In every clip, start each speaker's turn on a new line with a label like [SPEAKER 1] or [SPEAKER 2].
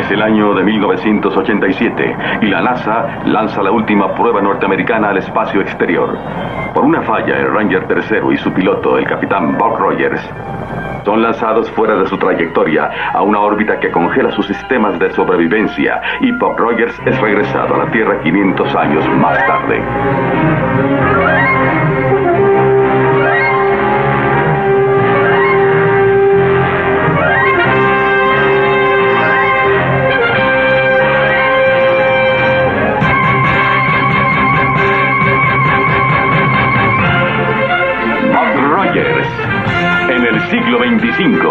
[SPEAKER 1] Es el año de 1987 y la NASA lanza la última prueba norteamericana al espacio exterior. Por una falla, el Ranger tercero y su piloto, el capitán Buck Rogers, son lanzados fuera de su trayectoria a una órbita que congela sus sistemas de sobrevivencia y Buck Rogers es regresado a la Tierra 500 años más tarde. En el siglo 25.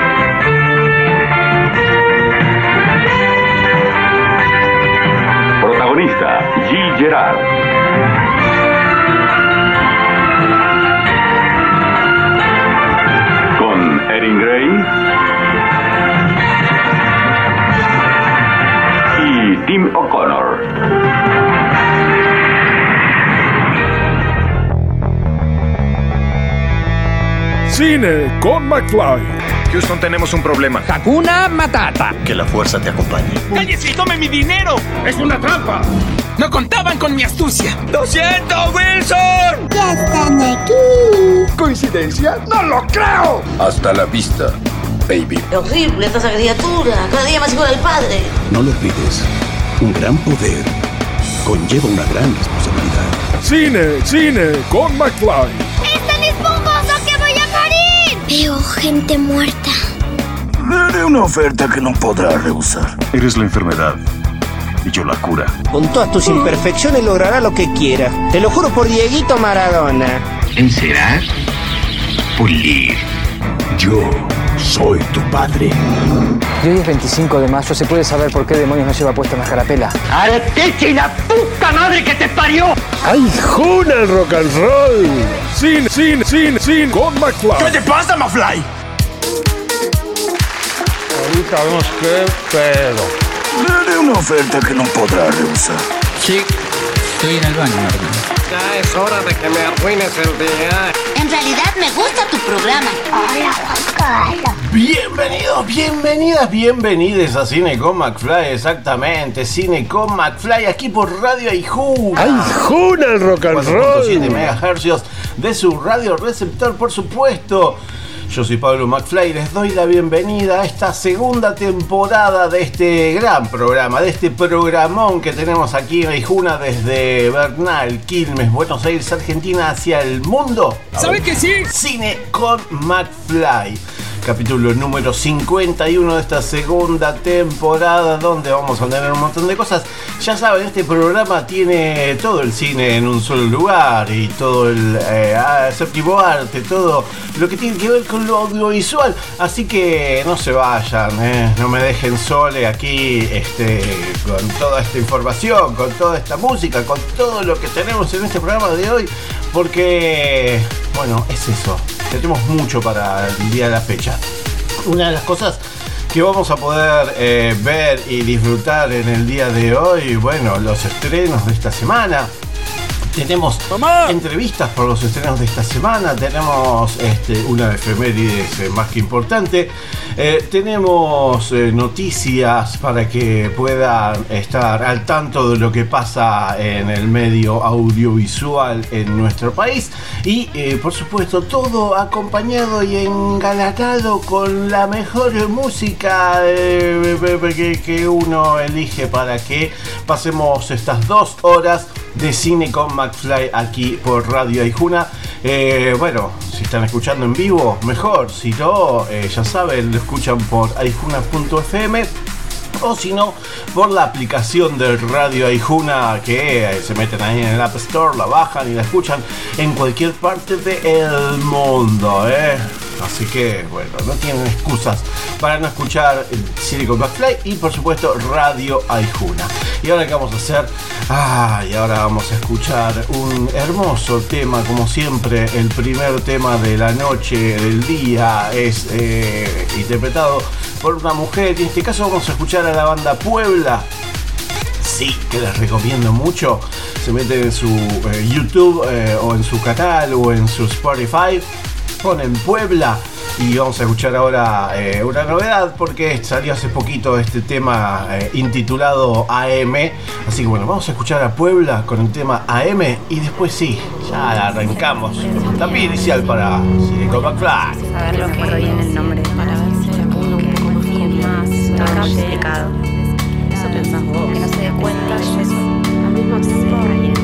[SPEAKER 1] Protagonista, Gil Gerard. Con Erin Gray y Tim O'Connor.
[SPEAKER 2] Cine con McFly.
[SPEAKER 3] Houston, tenemos un problema.
[SPEAKER 4] Hakuna Matata.
[SPEAKER 3] Que la fuerza te acompañe.
[SPEAKER 4] ¡Cállese y tome mi dinero!
[SPEAKER 2] ¡Es una trampa!
[SPEAKER 4] ¡No contaban con mi astucia!
[SPEAKER 5] ¡Lo siento, Wilson!
[SPEAKER 6] ¡Ya están aquí!
[SPEAKER 2] ¿Coincidencia? ¡No lo creo!
[SPEAKER 7] Hasta la vista, baby.
[SPEAKER 8] ¡Qué horrible esta criatura! Cada día más igual al padre.
[SPEAKER 7] No lo olvides. Un gran poder conlleva una gran responsabilidad.
[SPEAKER 2] Cine con McFly.
[SPEAKER 6] ¡Es tan esponjoso que voy a morir! Veo gente muerta.
[SPEAKER 7] Le haré una oferta que no podrá rehusar.
[SPEAKER 3] Eres la enfermedad y yo la cura.
[SPEAKER 9] Con todas tus imperfecciones logrará lo que quiera. Te lo juro por Dieguito Maradona.
[SPEAKER 10] Encerar, pulir.
[SPEAKER 7] Yo soy tu padre.
[SPEAKER 11] Y hoy es 25 de mayo, ¿se puede saber por qué demonios no lleva puesta una carapela?
[SPEAKER 5] ¡Arteche y la puta madre que te parió!
[SPEAKER 2] ¡Ay, juna el rock and roll! Cine con McFly.
[SPEAKER 5] ¿Qué te pasa, McFly?
[SPEAKER 2] Ahorita vemos qué pedo.
[SPEAKER 7] Le haré una oferta que no podrá rehusar.
[SPEAKER 10] Sí, estoy en el baño, Martín.
[SPEAKER 5] Ya es hora de que me arruines el día.
[SPEAKER 8] En realidad me gusta tu programa.
[SPEAKER 6] Hola, Juan Carlos.
[SPEAKER 12] Bienvenidos, bienvenidas, bienvenides a Cine con McFly, exactamente. Cine con McFly, aquí por Radio Aijuna.
[SPEAKER 2] ¡Aijuna el rock and roll!
[SPEAKER 12] 4.7 MHz de su radio receptor, por supuesto. Yo soy Pablo McFly y les doy la bienvenida a esta segunda temporada de este gran programa, de este programón que tenemos aquí en Aijuna desde Bernal, Quilmes, Buenos Aires, Argentina, hacia el mundo.
[SPEAKER 4] ¿Sabe que sí?
[SPEAKER 12] Cine con McFly. Capítulo número 51 de esta segunda temporada, donde vamos a tener un montón de cosas. Ya saben, este programa tiene todo el cine en un solo lugar y todo el séptimo arte, todo lo que tiene que ver con lo audiovisual. Así que no se vayan, no me dejen sole aquí con toda esta información, con toda esta música, con todo lo que tenemos en este programa de hoy, porque, bueno, es eso. Tenemos mucho para el día de la fecha. Una de las cosas que vamos a poder ver y disfrutar en el día de hoy, bueno, los estrenos de esta semana. Tenemos entrevistas por los estrenos de esta semana. Tenemos una efemérides más que importante. Tenemos noticias para que puedan estar al tanto de lo que pasa en el medio audiovisual en nuestro país. Y por supuesto todo acompañado y engalanado con la mejor música que uno elige para que pasemos estas 2 horas de Cine con McFly aquí por Radio Aijuna. Bueno, si están escuchando en vivo, mejor. Si no, ya saben, lo escuchan por aijuna.fm. O si no, por la aplicación de Radio Aijuna, que se meten ahí en el App Store, la bajan y la escuchan en cualquier parte del mundo, Así que, bueno, no tienen excusas para no escuchar Cine con McFly y, por supuesto, Radio Aijuna. Y ahora, ¿qué vamos a hacer? Y ahora vamos a escuchar un hermoso tema, como siempre. El primer tema de la noche, del día, es interpretado por una mujer. Y en este caso vamos a escuchar a la banda Puebla. Sí, que les recomiendo mucho. Se meten en su YouTube o en su canal o en su Spotify. Ponen Puebla Y vamos a escuchar ahora una novedad porque salió hace poquito este tema intitulado AM. Así que bueno, vamos a escuchar a Puebla con el tema AM y después sí, ya arrancamos. También inicial para Silicon McFly.
[SPEAKER 13] Saber lo que viene el nombre para ver si que confíe más, está complicado. Eso pensás vos, que no se dé cuenta de eso. Al mismo tiempo,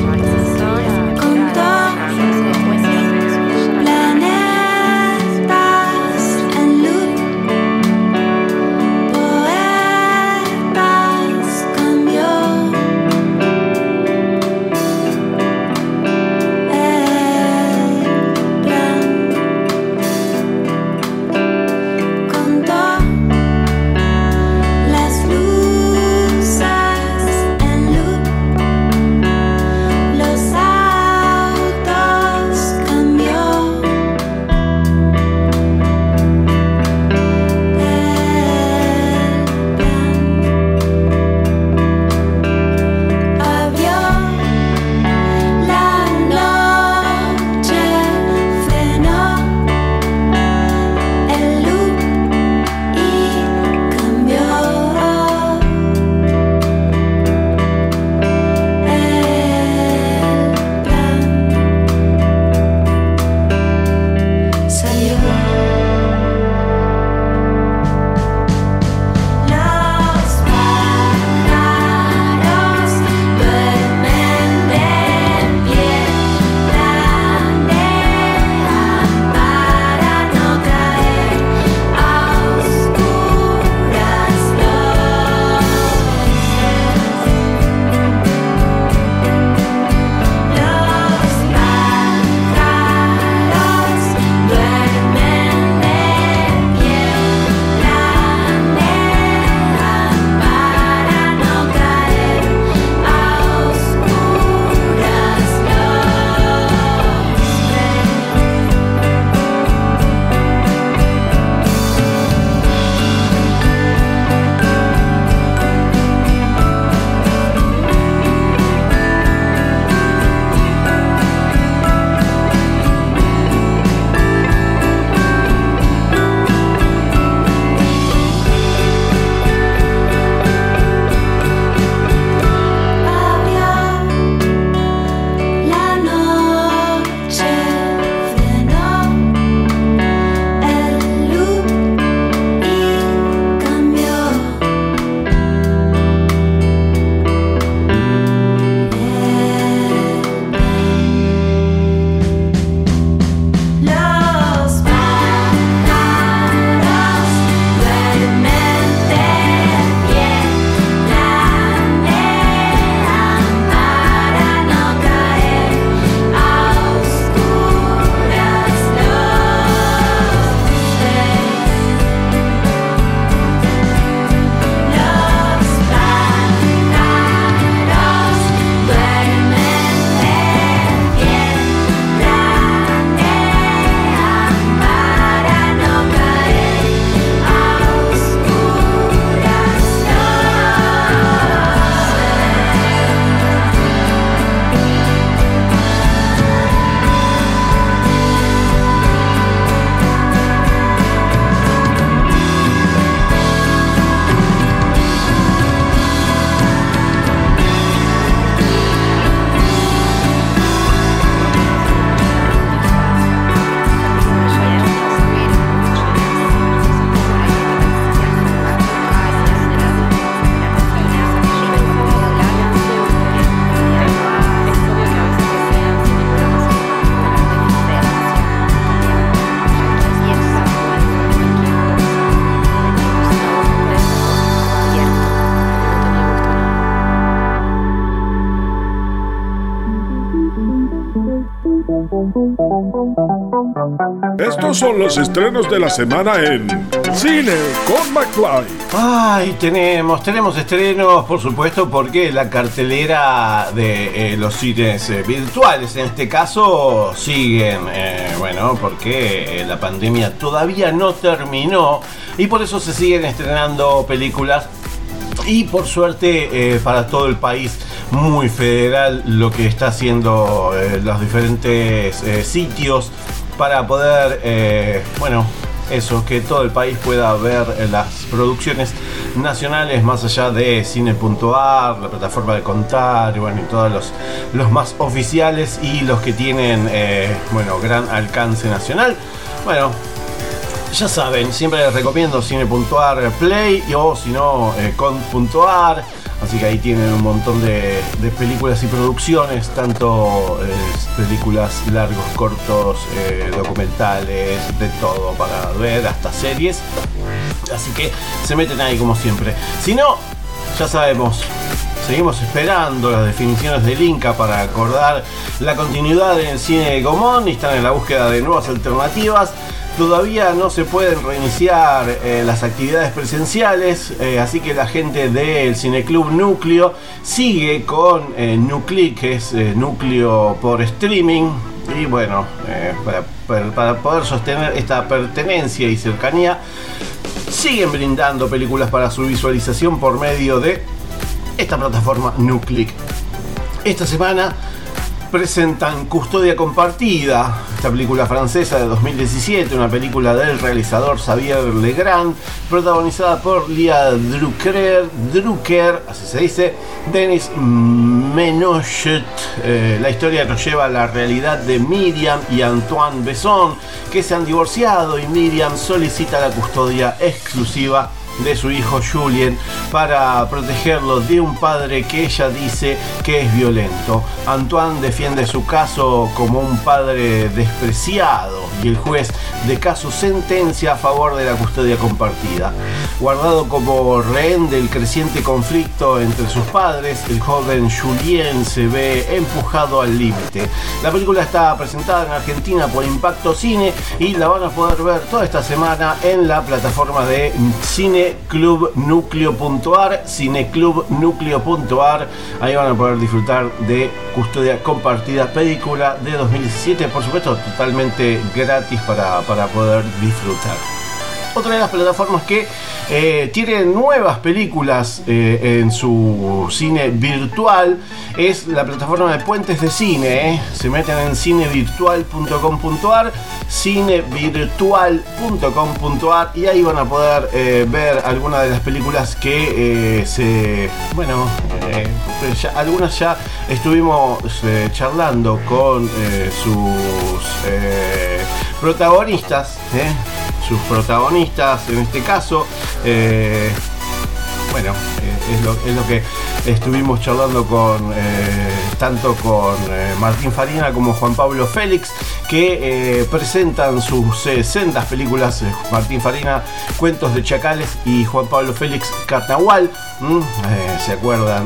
[SPEAKER 2] Estos son los estrenos de la semana en Cine con McFly.
[SPEAKER 12] Ay, tenemos estrenos, por supuesto, porque la cartelera de los cines virtuales, en este caso, siguen, porque la pandemia todavía no terminó y por eso se siguen estrenando películas. Y por suerte para todo el país, muy federal lo que está haciendo los diferentes sitios para poder eso, que todo el país pueda ver las producciones nacionales más allá de Cine.ar, la plataforma de Contar, y bueno, y todos los más oficiales y los que tienen gran alcance nacional. Bueno, ya saben, siempre les recomiendo Cine.ar Play o si no Con.ar. Así que ahí tienen un montón de películas y producciones, tanto películas largos, cortos, documentales, de todo para ver, hasta series. Así que se meten ahí como siempre. Si no, ya sabemos, seguimos esperando las definiciones del Inca para acordar la continuidad en el cine de Gomón y están en la búsqueda de nuevas alternativas. Todavía no se pueden reiniciar las actividades presenciales, así que la gente del Cineclub Núcleo sigue con Nuclic, que es núcleo por streaming. Y bueno, para poder sostener esta pertenencia y cercanía, siguen brindando películas para su visualización por medio de esta plataforma Nuclic. Esta semana presentan Custodia Compartida, esta película francesa de 2017, una película del realizador Xavier Legrand, protagonizada por Lia Drucker, así se dice, Denis Menochet. La historia nos lleva a la realidad de Miriam y Antoine Besson, que se han divorciado, y Miriam solicita la custodia exclusiva de su hijo Julien para protegerlo de un padre que ella dice que es violento. Antoine defiende su caso como un padre despreciado y el juez de caso sentencia a favor de la custodia compartida. Guardado como rehén del creciente conflicto entre sus padres, el joven Julien se ve empujado al límite. La película está presentada en Argentina por Impacto Cine y la van a poder ver toda esta semana en la plataforma de cineclubnucleo.ar, cineclubnucleo.ar. Ahí van a poder disfrutar de Custodia Compartida, película de 2017, por supuesto totalmente gratis para poder disfrutar. Otra de las plataformas que tiene nuevas películas en su cine virtual es la plataforma de Puentes de Cine. Se meten en cinevirtual.com.ar, cinevirtual.com.ar, y ahí van a poder ver algunas de las películas que algunas ya estuvimos charlando con sus protagonistas. Sus protagonistas en este caso, es lo que estuvimos charlando con tanto con Martín Farina como Juan Pablo Félix, que presentan sus sendas películas. Martín Farina, Cuentos de Chacales, y Juan Pablo Félix, Carnaval. ¿Se acuerdan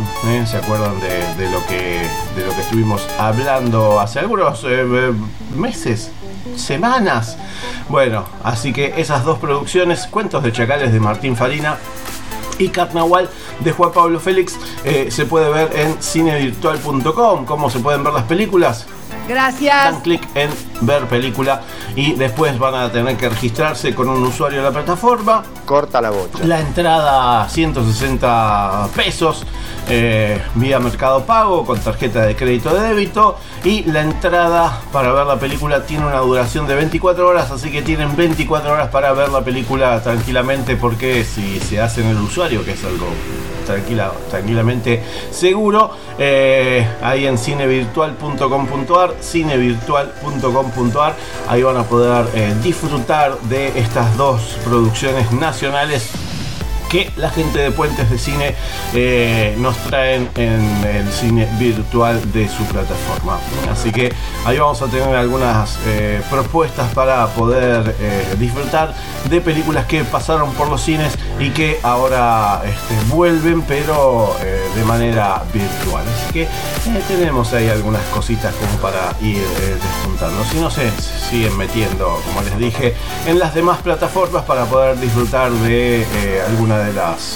[SPEAKER 12] de lo que estuvimos hablando hace algunos meses? Semanas. Bueno, así que esas dos producciones, Cuentos de Chacales de Martín Farina y Carnaval de Juan Pablo Félix, se puede ver en cinevirtual.com. ¿Cómo se pueden ver las películas?
[SPEAKER 14] Gracias.
[SPEAKER 12] Dan clic en ver película y después van a tener que registrarse con un usuario de la plataforma.
[SPEAKER 15] Corta la bocha.
[SPEAKER 12] La entrada 160 pesos vía Mercado Pago con tarjeta de crédito de débito, y la entrada para ver la película tiene una duración de 24 horas, así que tienen 24 horas para ver la película tranquilamente, porque si se hace en el usuario, que es algo tranquilamente seguro, ahí en cinevirtual.com.ar, cinevirtual.com.ar, ahí van a poder disfrutar de estas dos producciones nacionales que la gente de Puentes de Cine nos traen en el cine virtual de su plataforma. Así que ahí vamos a tener algunas propuestas para poder disfrutar de películas que pasaron por los cines y que ahora vuelven, pero de manera virtual. Así que tenemos ahí algunas cositas como para ir despuntando. Si no, se siguen metiendo, como les dije, en las demás plataformas para poder disfrutar de alguna de las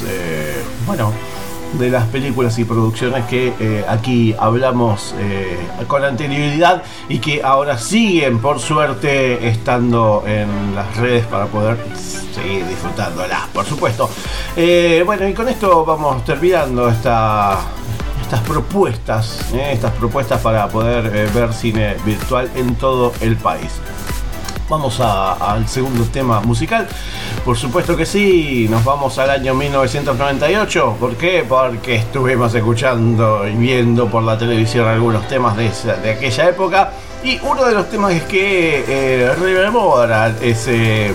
[SPEAKER 12] de las películas y producciones que aquí hablamos con anterioridad y que ahora siguen, por suerte, estando en las redes para poder seguir disfrutándolas, por supuesto. Y con esto vamos terminando estas propuestas para poder ver cine virtual en todo el país. Vamos al segundo tema musical. Por supuesto que sí, nos vamos al año 1998. ¿Por qué? Porque estuvimos escuchando y viendo por la televisión algunos temas de aquella época. Y uno de los temas que rememora ese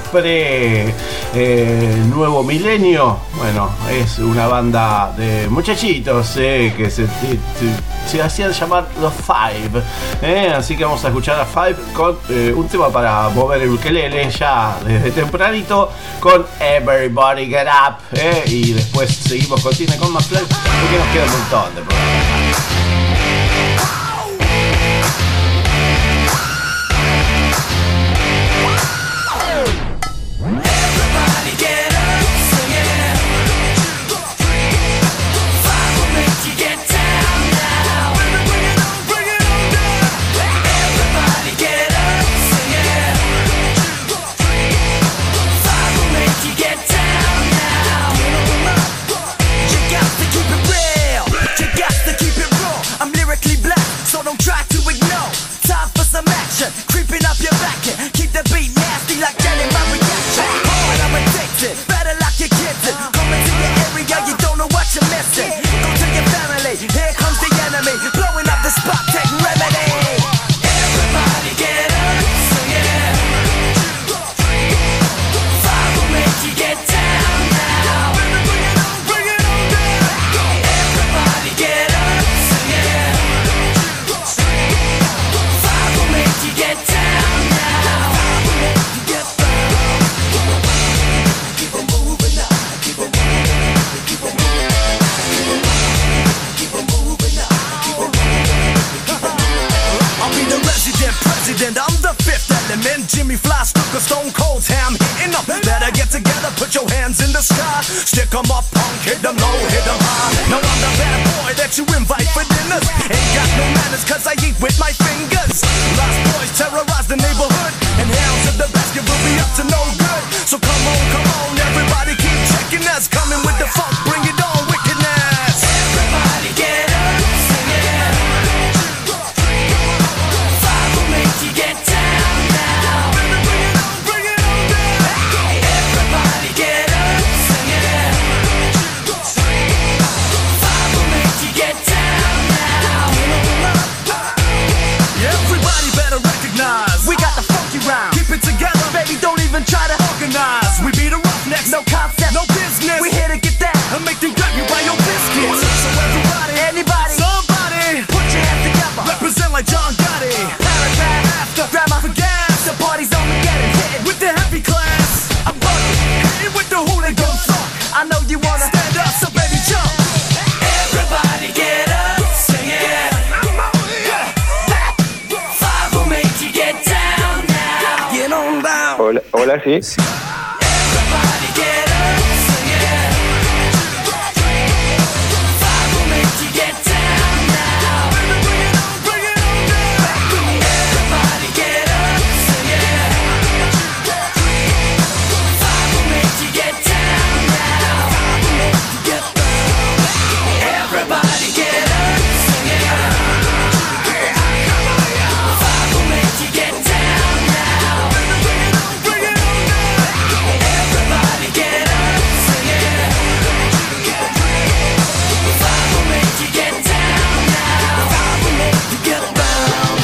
[SPEAKER 12] nuevo milenio, bueno, es una banda de muchachitos que se hacían llamar los Five. Así que vamos a escuchar a Five con un tema para mover el ukelele ya desde tempranito con Everybody Get Up. Y después seguimos con Cine con McFly porque nos queda un montón de programas.
[SPEAKER 14] Creeping up your back and keep the beat nasty like Jenny my reaction. When I'm addicted, better lock your kids in. Coming to your area, you don't know what you're missing. Go to your family, here comes the enemy. Blowing up the spot, take remedy. Everybody get up, sing it. 1, 2, 3, 5 will make you get down now. Bring it on down. Everybody get up, sing it. 1, 2, 3, 5 will make you get down. I'm the fifth element, Jimmy Fly, Stuka, Stone Cold, Ham, hitting them. Better get together, put your hands in the sky. Stick 'em up, punk, hit 'em low, hit 'em high. Now I'm the bad boy that you invite for dinners. Ain't got no manners, cause I eat with my fingers. Lost boys terrorize the neighborhood, and hounds of the basket will be up to no good. So come on, everybody keep checking us. Coming with the funk, bring it on, wickedness. Everybody get up, sing it. 1, 2, 3, 5 will make you get down now. Bring it on down. Everybody get up, sing it. 1, 2, 3, 5 will make you get down now. Everybody better recognize we got the funky rhyme. Keep it together, baby, don't even try to organize. We be the roughnecks, no concept, no business. We here to get that and make you grab you by your biscuits. So everybody, anybody, somebody, put your hands together. Represent like John Gotti. Paragraph after, grab my gas. The party's on, we get it hit with the heavy class. I'm bugging, hitting with the hooligan funk. I know you wanna stand up, so baby jump. Everybody get up, sing it. 5 will make you get down now. Get on down.
[SPEAKER 15] Hola, sí.
[SPEAKER 14] Everybody get up, sing it. 1, 2, 3, 5 will make you get down now. Bring it on down. Everybody get up, sing it. 1, 2, 3, 5 will make you get down now. Everybody get up, sing it. 5 will make you get down now. Bring it on down. Everybody get up, sing it. 1, 2, 3, 5 will make you get down now. 5 will make you get down.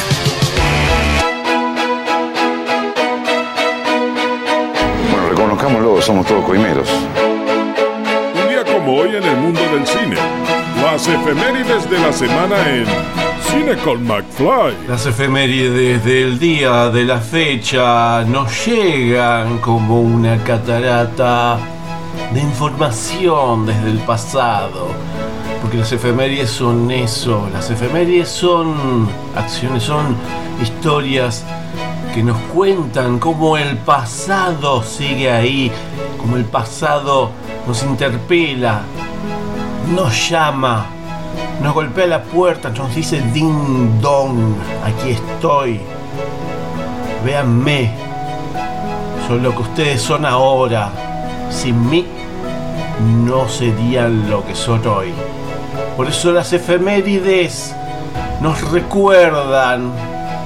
[SPEAKER 3] Bueno, reconozcámoslo, somos todos coimeros.
[SPEAKER 2] Un día como hoy en el mundo del cine. Las efemérides de la semana en Cine con McFly.
[SPEAKER 12] Las efemérides del día, de la fecha, nos llegan como una catarata de información desde el pasado. Porque las efemérides son eso, las efemérides son acciones, son historias que nos cuentan cómo el pasado sigue ahí, cómo el pasado nos interpela, nos llama, nos golpea la puerta, nos dice ding dong, aquí estoy, véanme, soy lo que ustedes son ahora, sin mí no serían lo que son hoy. Por eso las efemérides nos recuerdan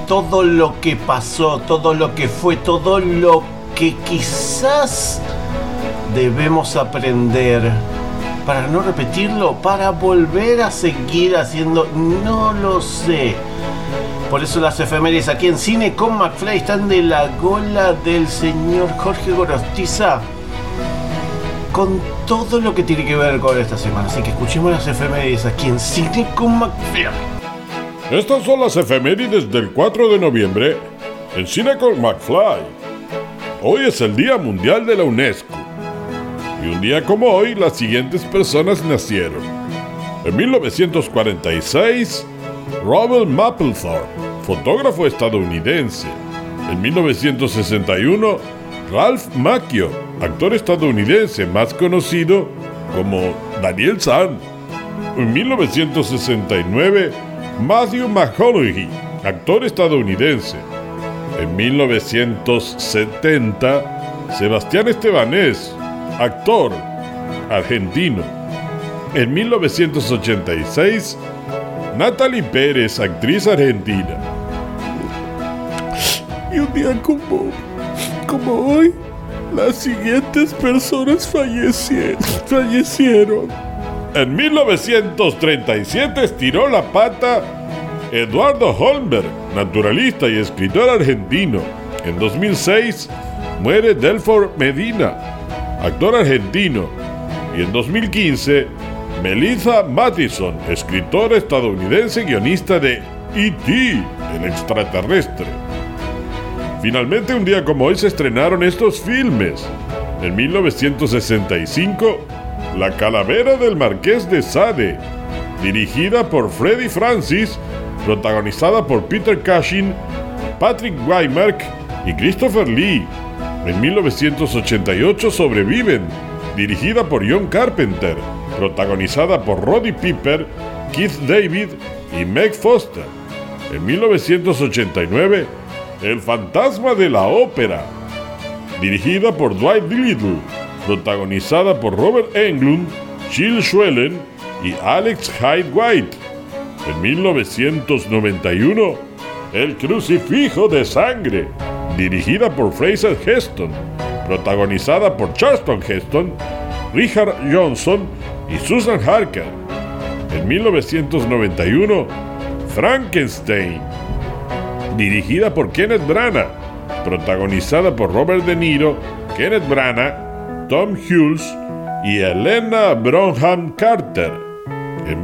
[SPEAKER 12] todo lo que pasó, todo lo que fue, todo lo que quizás debemos aprender para no repetirlo, para volver a seguir haciendo, no lo sé. Por eso las efemérides aquí en Cine con McFly están de la gola del señor Jorge Gorostiza, con todo lo que tiene que ver con esta semana. Así que escuchemos las efemérides aquí en Cine con McFly.
[SPEAKER 2] Estas son las efemérides del 4 de noviembre en Cine con McFly. Hoy es el Día Mundial de la UNESCO. Y un día como hoy, las siguientes personas nacieron. En 1946, Robert Mapplethorpe, fotógrafo estadounidense. En 1961, Ralph Macchio, actor estadounidense más conocido como Daniel San. En 1969, Matthew McConaughey, actor estadounidense. En 1970, Sebastián Estebanés, actor argentino. En 1986, Natalie Pérez, actriz argentina. Y un día como hoy, las siguientes personas fallecieron. En 1937 estiró la pata Eduardo Holmberg, naturalista y escritor argentino. En 2006 muere Delfor Medina, actor argentino. Y en 2015, Melissa Mathison, escritora estadounidense, guionista de E.T., el extraterrestre. Finalmente, un día como hoy se estrenaron estos filmes. En 1965, La calavera del Marqués de Sade, dirigida por Freddie Francis, protagonizada por Peter Cushing, Patrick Wymark y Christopher Lee. En 1988, Sobreviven, dirigida por John Carpenter, protagonizada por Roddy Piper, Keith David y Meg Foster. En 1989, El fantasma de la ópera, dirigida por Dwight Little, protagonizada por Robert Englund, Jill Schwellen y Alex Hyde White. En 1991, El crucifijo de sangre, dirigida por Fraser Heston, protagonizada por Charlton Heston, Richard Johnson y Susan Harker. En 1991, Frankenstein, dirigida por Kenneth Branagh, protagonizada por Robert De Niro, Kenneth Branagh, Tom Hulce y Helena Bonham Carter. En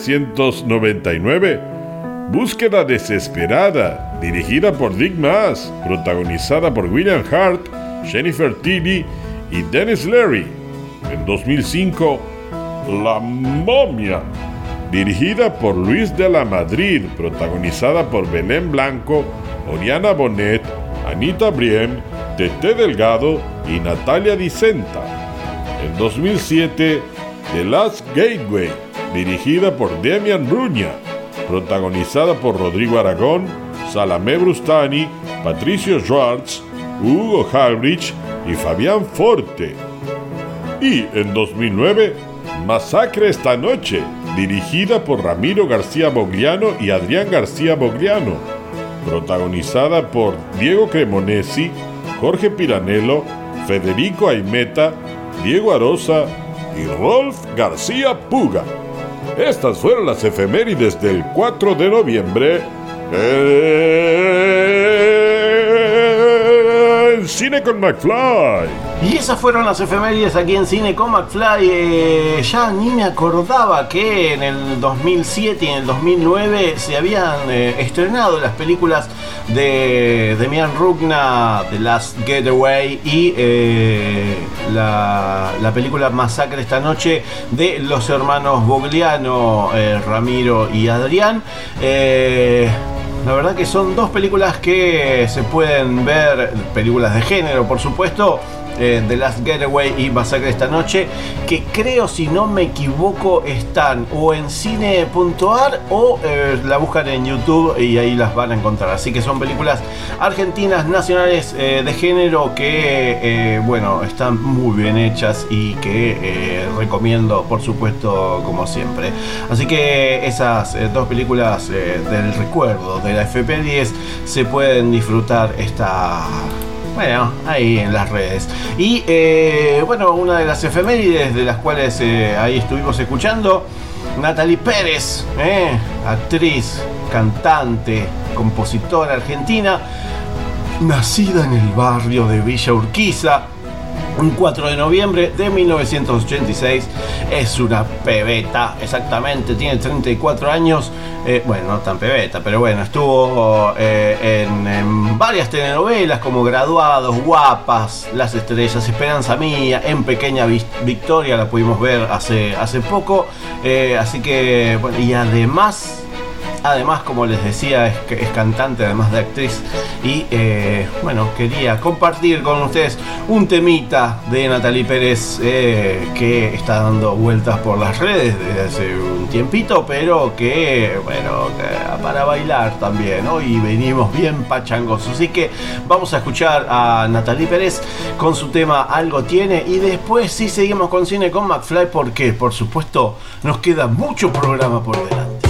[SPEAKER 2] 1999, Búsqueda desesperada, dirigida por Dick Maas, protagonizada por William Hurt, Jennifer Tilly y Dennis Leary. En 2005, La momia, dirigida por Luis de la Madrid, protagonizada por Belén Blanco, Oriana Bonet, Anita Briem, Tete Delgado y Natalia Dicenta. En 2007, The Last Gateway, dirigida por Demian Bruña, protagonizada por Rodrigo Aragón, Salamé Brustani, Patricio Schwartz, Hugo Halbrich y Fabián Forte. Y en 2009, Masacre esta noche, dirigida por Ramiro García Bogliano y Adrián García Bogliano, protagonizada por Diego Cremonesi, Jorge Piranello, Federico Aimeta, Diego Arosa y Rolf García Puga. Estas fueron las efemérides del 4 de noviembre en Cine con McFly.
[SPEAKER 12] Y esas fueron las efemérides aquí en Cine con McFly. Ya ni me acordaba que en el 2007 y en el 2009 se habían estrenado las películas de Demian Rugna, The Last Getaway, y la película Masacre esta noche de los hermanos Bogliano, Ramiro y Adrián. La verdad que son dos películas que se pueden ver, películas de género por supuesto, The Last Getaway y Masacre esta noche, que creo, si no me equivoco, están o en cine.ar o la buscan en YouTube y ahí las van a encontrar. Así que son películas argentinas nacionales de género que bueno, están muy bien hechas y que recomiendo, por supuesto, como siempre. Así que esas dos películas del recuerdo de la FP10 se pueden disfrutar bueno, ahí en las redes. Y bueno, una de las efemérides de las cuales ahí estuvimos escuchando, Natalie Pérez, actriz, cantante, compositora argentina, nacida en el barrio de Villa Urquiza, un 4 de noviembre de 1986. Es una pebeta, exactamente, tiene 34 años. Bueno, no tan pebeta, pero bueno, estuvo en varias telenovelas como Graduados, Guapas, Las Estrellas, Esperanza Mía, En Pequeña Victoria, la pudimos ver hace poco. Así que, bueno, y además, como les decía, es cantante, además de actriz. Y bueno, quería compartir con ustedes un temita de Natalie Pérez que está dando vueltas por las redes desde hace un tiempito, pero que, bueno, para bailar también. Hoy venimos bien pachangosos. Así que vamos a escuchar a Natalie Pérez con su tema Algo Tiene. Y después sí seguimos con Cine con McFly, porque, por supuesto, nos queda mucho programa por delante.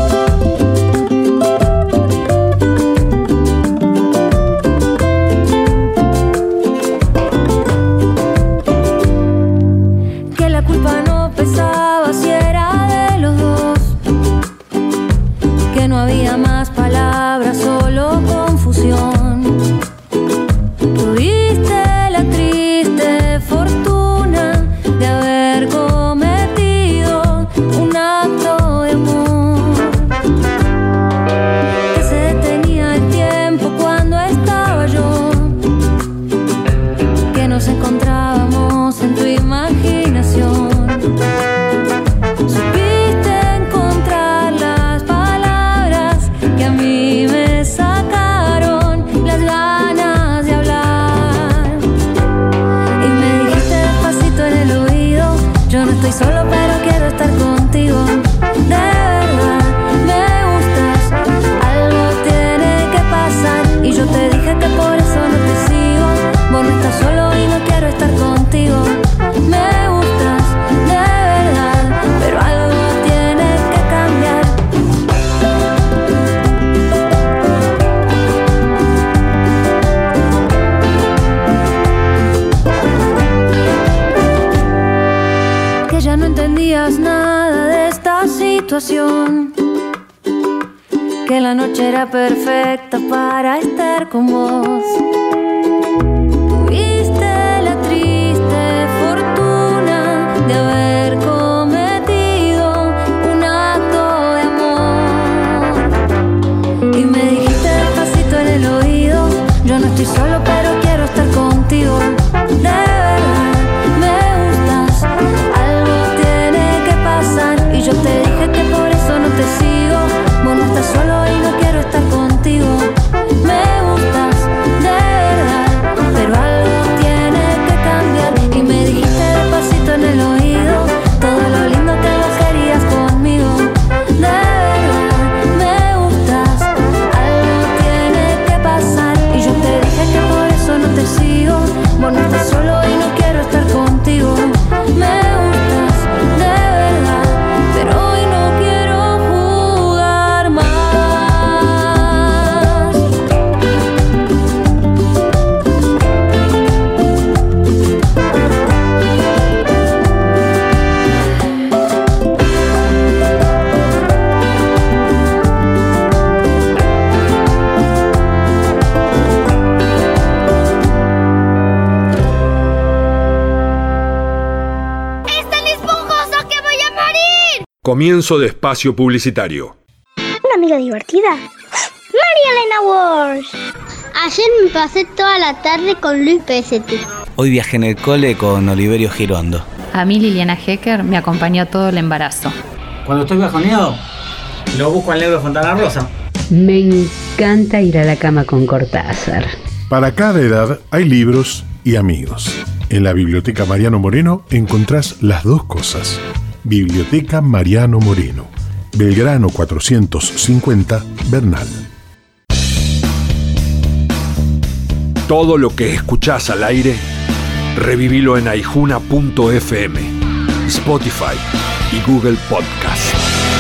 [SPEAKER 15] Había más palabras, solo confusión. Tuviste la triste fortuna de haber cometido un acto de amor. Que se detenía el tiempo cuando estaba yo, que nos encontrábamos en tu imaginación. Estoy solo pero quiero estar contigo. De verdad me gustas, algo tiene que pasar. Y yo te dije que por eso no te sigo. Vos no estás solo y no quiero estar contigo. Me gustas, de verdad, pero algo tiene que cambiar. Ya no entendías nada de esta situación, que la noche era perfecta para estar con vos. Tuviste la triste fortuna de haber cometido un acto de amor. Y me dijiste despacito en el oído, yo no estoy solo pero quiero estar contigo. De verdad me gustas, y yo te dije que por eso no te sigo. Vos no estás solo y no quiero estar contigo. Me gustas, de verdad, pero algo tiene que cambiar. Y me dijiste despacito en el oído todo lo lindo que vos querías conmigo. De verdad, me gustas, algo tiene que pasar. Y yo te dije que por eso no te sigo. Vos no estás solo y no quiero estar contigo. Me gustas, de verdad, pero hoy no quiero jugar más.
[SPEAKER 6] ¡Es tan esponjoso que voy a morir!
[SPEAKER 16] Comienzo de espacio publicitario.
[SPEAKER 6] Una amiga divertida. María Elena Walsh. Ayer me pasé toda la tarde con Luis Pesetti.
[SPEAKER 17] Hoy viajé en el cole con Oliverio Girondo.
[SPEAKER 18] A mí Liliana Hecker me acompañó todo el embarazo.
[SPEAKER 19] Cuando estoy bajoneado, lo busco al negro Fontana Rosa.
[SPEAKER 20] Me encanta ir a la cama con Cortázar.
[SPEAKER 2] Para cada edad hay libros y amigos.
[SPEAKER 21] En la Biblioteca Mariano Moreno encontrás las dos cosas. Biblioteca Mariano Moreno, Belgrano 450, Bernal.
[SPEAKER 16] Todo lo que escuchás al aire, revivilo en aijuna.fm, Spotify y Google Podcast.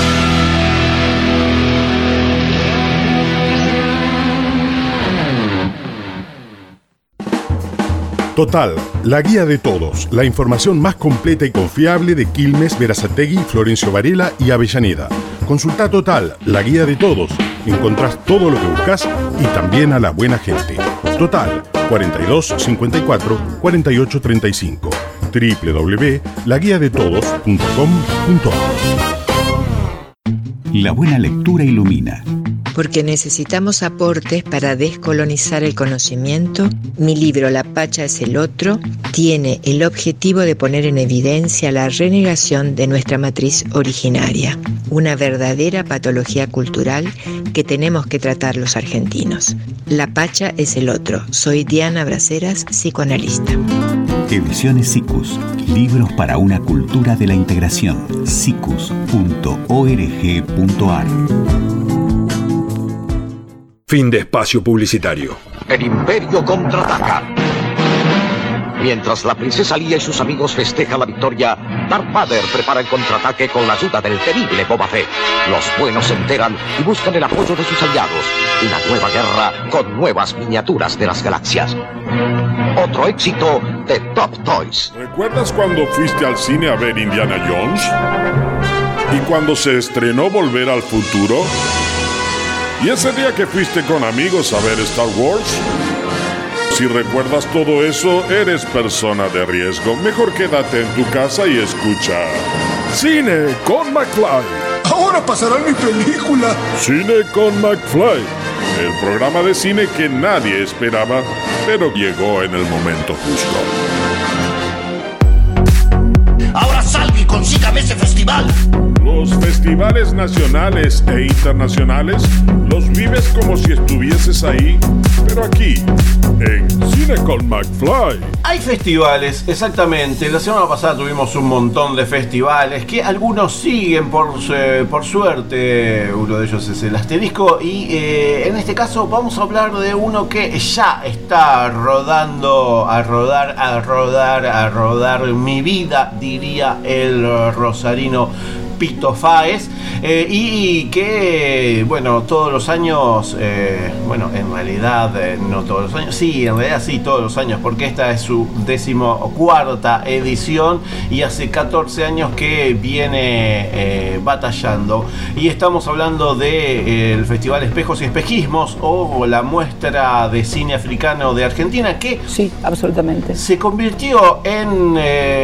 [SPEAKER 21] Total, la guía de todos, la información más completa y confiable de Quilmes, Berazategui, Florencio Varela y Avellaneda. Consulta Total, la guía de todos. Encontrás todo lo que buscas y también a la buena gente. Total, 42 54 48 35. www.laguiadetodos.com.ar.
[SPEAKER 22] La buena lectura ilumina.
[SPEAKER 23] Porque necesitamos aportes para descolonizar el conocimiento, mi libro La Pacha es el otro tiene el objetivo de poner en evidencia la renegación de nuestra matriz originaria, una verdadera patología cultural que tenemos que tratar los argentinos. La Pacha es el otro. Soy Diana Braceras, psicoanalista.
[SPEAKER 22] Ediciones SICUS. Libros para una cultura de la integración. sicus.org.ar.
[SPEAKER 16] Fin de espacio publicitario.
[SPEAKER 24] El Imperio contraataca. Mientras la princesa Leia y sus amigos festejan la victoria, Darth Vader prepara el contraataque con la ayuda del temible Boba Fett. Los buenos se enteran y buscan el apoyo de sus aliados. Una nueva guerra con nuevas miniaturas de las galaxias. Otro éxito de Top Toys.
[SPEAKER 2] ¿Recuerdas cuando fuiste al cine a ver Indiana Jones? ¿Y cuando se estrenó Volver al Futuro? ¿Y ese día que fuiste con amigos a ver Star Wars? Si recuerdas todo eso, eres persona de riesgo. Mejor quédate en tu casa y escucha Cine con McFly.
[SPEAKER 5] Ahora pasará mi película.
[SPEAKER 2] Cine con McFly, el programa de cine que nadie esperaba, pero llegó en el momento justo.
[SPEAKER 5] Ahora salga y consígame ese festival.
[SPEAKER 2] Los festivales nacionales e internacionales los vives como si estuvieses ahí, pero aquí, en Cine con McFly.
[SPEAKER 12] Hay festivales, exactamente. La semana pasada tuvimos un montón de festivales que algunos siguen por suerte. Uno de ellos es el Asterisco. Y en este caso vamos a hablar de uno que ya está rodando, a rodar mi vida, diría el rosarino Pito Fáez, y que, bueno, todos los años, en realidad no todos los años, sí, en realidad sí, todos los años, porque esta es su 14ª edición y hace 14 años que viene batallando. Y estamos hablando del Festival Espejos y Espejismos, o la muestra de cine africano de Argentina, que
[SPEAKER 25] sí, absolutamente
[SPEAKER 12] se convirtió en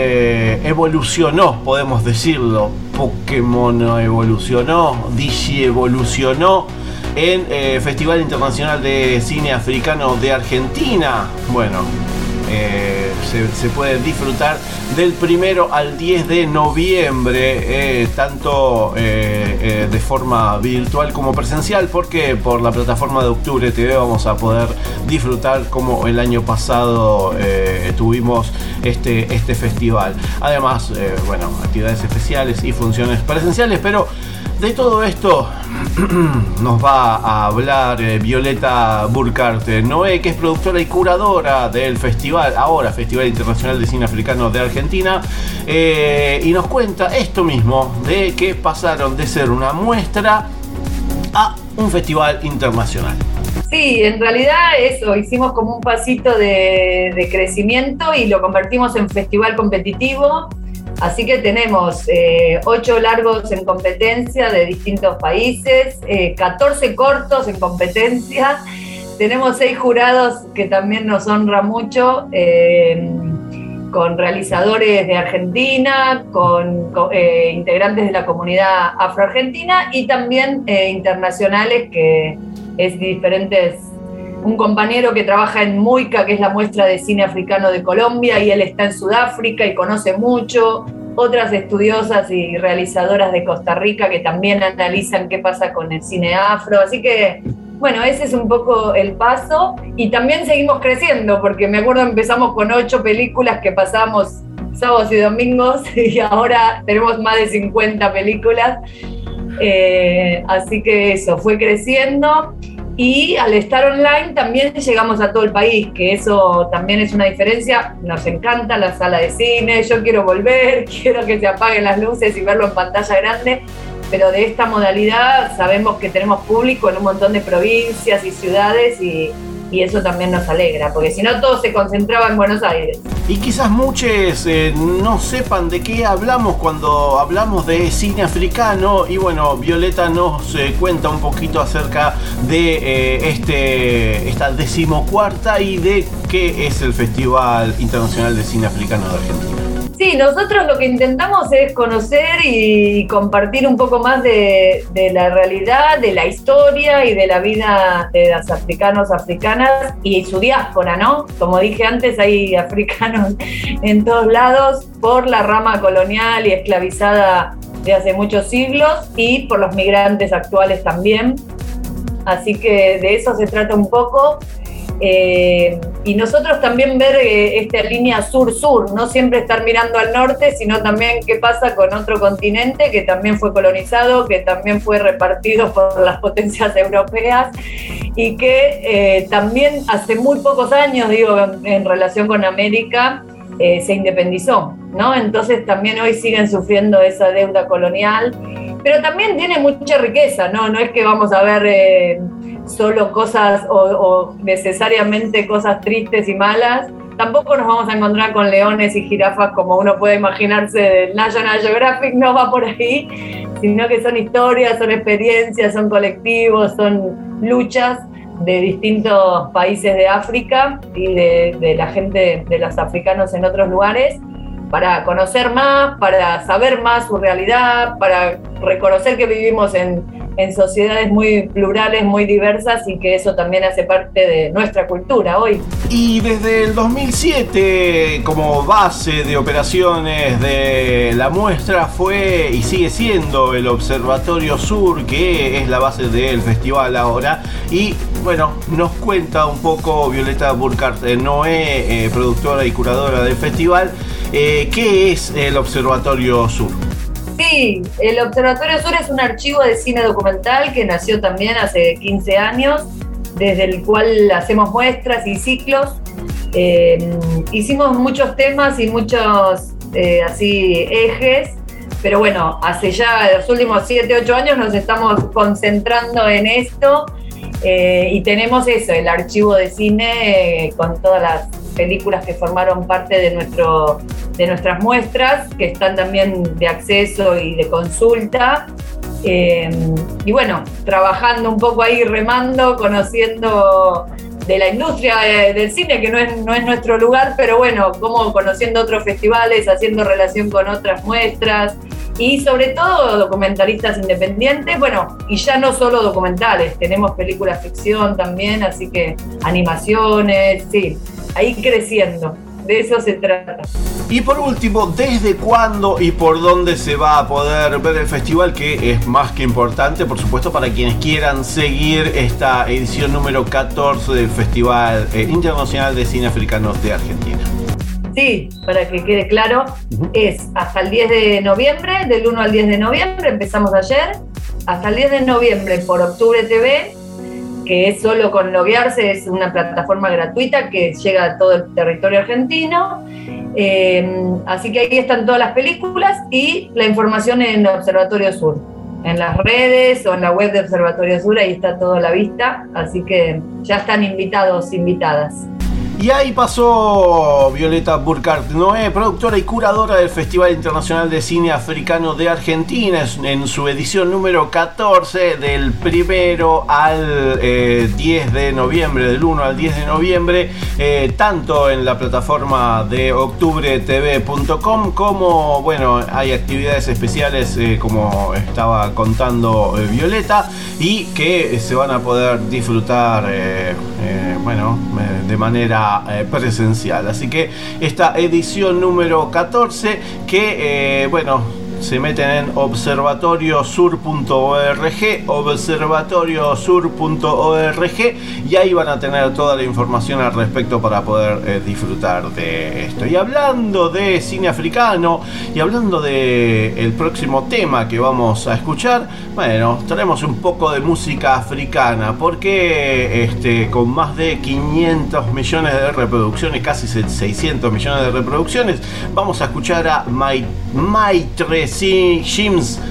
[SPEAKER 12] evolucionó, podemos decirlo. Pokémon evolucionó, Digi evolucionó en Festival Internacional de Cine Africano de Argentina. Bueno, se puede disfrutar del 1 al 10 de noviembre, tanto de forma virtual como presencial, porque por la plataforma de Octubre TV vamos a poder disfrutar como el año pasado tuvimos este festival. Además, actividades especiales y funciones presenciales, pero de todo esto nos va a hablar Violeta Burkhardt Noé, que es productora y curadora del festival, ahora Festival Internacional de Cine Africano de Argentina, y nos cuenta esto mismo, de que pasaron de ser una muestra a un festival internacional.
[SPEAKER 26] Sí, en realidad eso, hicimos como un pasito de crecimiento y lo convertimos en festival competitivo. Así que tenemos 8 largos en competencia de distintos países, 14 cortos en competencia, tenemos 6 jurados que también nos honra mucho, con realizadores de Argentina, con integrantes de la comunidad afroargentina y también internacionales, que es diferentes. Un compañero que trabaja en Muica, que es la muestra de cine africano de Colombia, y él está en Sudáfrica y conoce mucho. Otras estudiosas y realizadoras de Costa Rica que también analizan qué pasa con el cine afro. Así que bueno, ese es un poco el paso y también seguimos creciendo porque me acuerdo empezamos con 8 películas que pasábamos sábados y domingos y ahora tenemos más de 50 películas, así que eso, fue creciendo. Y al estar online también llegamos a todo el país, que eso también es una diferencia. Nos encanta la sala de cine, yo quiero volver, quiero que se apaguen las luces y verlo en pantalla grande, pero de esta modalidad sabemos que tenemos público en un montón de provincias y ciudades y eso también nos alegra, porque si no todo se concentraba en Buenos Aires.
[SPEAKER 12] Y quizás muchos no sepan de qué hablamos cuando hablamos de cine africano y bueno, Violeta nos cuenta un poquito acerca de esta 14ª y de qué es el Festival Internacional de Cine Africano de Argentina.
[SPEAKER 26] Sí, nosotros lo que intentamos es conocer y compartir un poco más de la realidad, de la historia y de la vida de los africanos, africanas y su diáspora, ¿no? Como dije antes, hay africanos en todos lados por la rama colonial y esclavizada de hace muchos siglos y por los migrantes actuales también. Así que de eso se trata un poco. Y nosotros también ver esta línea sur-sur, no siempre estar mirando al norte, sino también qué pasa con otro continente que también fue colonizado, que también fue repartido por las potencias europeas y que también hace muy pocos años, digo, en relación con América, se independizó, ¿no? Entonces también hoy siguen sufriendo esa deuda colonial, pero también tiene mucha riqueza, ¿no? No es que vamos a ver solo cosas o necesariamente cosas tristes y malas. Tampoco nos vamos a encontrar con leones y jirafas como uno puede imaginarse del National Geographic, no va por ahí, sino que son historias, son experiencias, son colectivos, son luchas de distintos países de África y de la gente, de los africanos en otros lugares, para conocer más, para saber más su realidad, para reconocer que vivimos en sociedades muy plurales, muy diversas y que eso también hace parte de nuestra cultura hoy.
[SPEAKER 12] Y desde el 2007, como base de operaciones de la muestra, fue y sigue siendo el Observatorio Sur, que es la base del festival ahora. Y bueno, nos cuenta un poco Violeta Burkhardt Noé, productora y curadora del festival, ¿qué es el Observatorio Sur?
[SPEAKER 26] Sí, el Observatorio Sur es un archivo de cine documental que nació también hace 15 años, desde el cual hacemos muestras y ciclos. Hicimos muchos temas y muchos así ejes, pero bueno, hace ya los últimos 7, 8 años nos estamos concentrando en esto y tenemos eso, el archivo de cine con todas las películas que formaron parte de nuestras muestras, que están también de acceso y de consulta. Y bueno, trabajando un poco ahí, remando, conociendo de la industria del cine, que no es nuestro lugar, pero bueno, como conociendo otros festivales, haciendo relación con otras muestras y sobre todo documentalistas independientes, bueno, y ya no solo documentales, tenemos películas ficción también, así que animaciones, sí, ahí creciendo. De eso se trata.
[SPEAKER 12] Y por último, ¿desde cuándo y por dónde se va a poder ver el festival? Que es más que importante, por supuesto, para quienes quieran seguir esta edición número 14 del Festival Internacional de Cine Africano de Argentina.
[SPEAKER 26] Sí, para que quede claro, es hasta el 10 de noviembre, del 1 al 10 de noviembre, empezamos ayer, hasta el 10 de noviembre por Octubre TV, que es solo con loguearse, es una plataforma gratuita que llega a todo el territorio argentino. Así que ahí están todas las películas y la información en Observatorio Sur. En las redes o en la web de Observatorio Sur, ahí está todo a la vista. Así que ya están invitados, invitadas.
[SPEAKER 12] Y ahí pasó Violeta Burkhardt Noé, productora y curadora del Festival Internacional de Cine Africano de Argentina, en su edición número 14, del 1 al 10 de noviembre, del 1 al 10 de noviembre, tanto en la plataforma de octubretv.com como, bueno, hay actividades especiales como estaba contando Violeta y que se van a poder disfrutar, de manera presencial. Así que esta edición número 14 que se meten en observatoriosur.org, y ahí van a tener toda la información al respecto para poder disfrutar de esto. Y hablando de cine africano y hablando de el próximo tema que vamos a escuchar, bueno, traemos un poco de música africana, porque con más de 500 millones de reproducciones, casi 600 millones de reproducciones, vamos a escuchar a Maitre Sims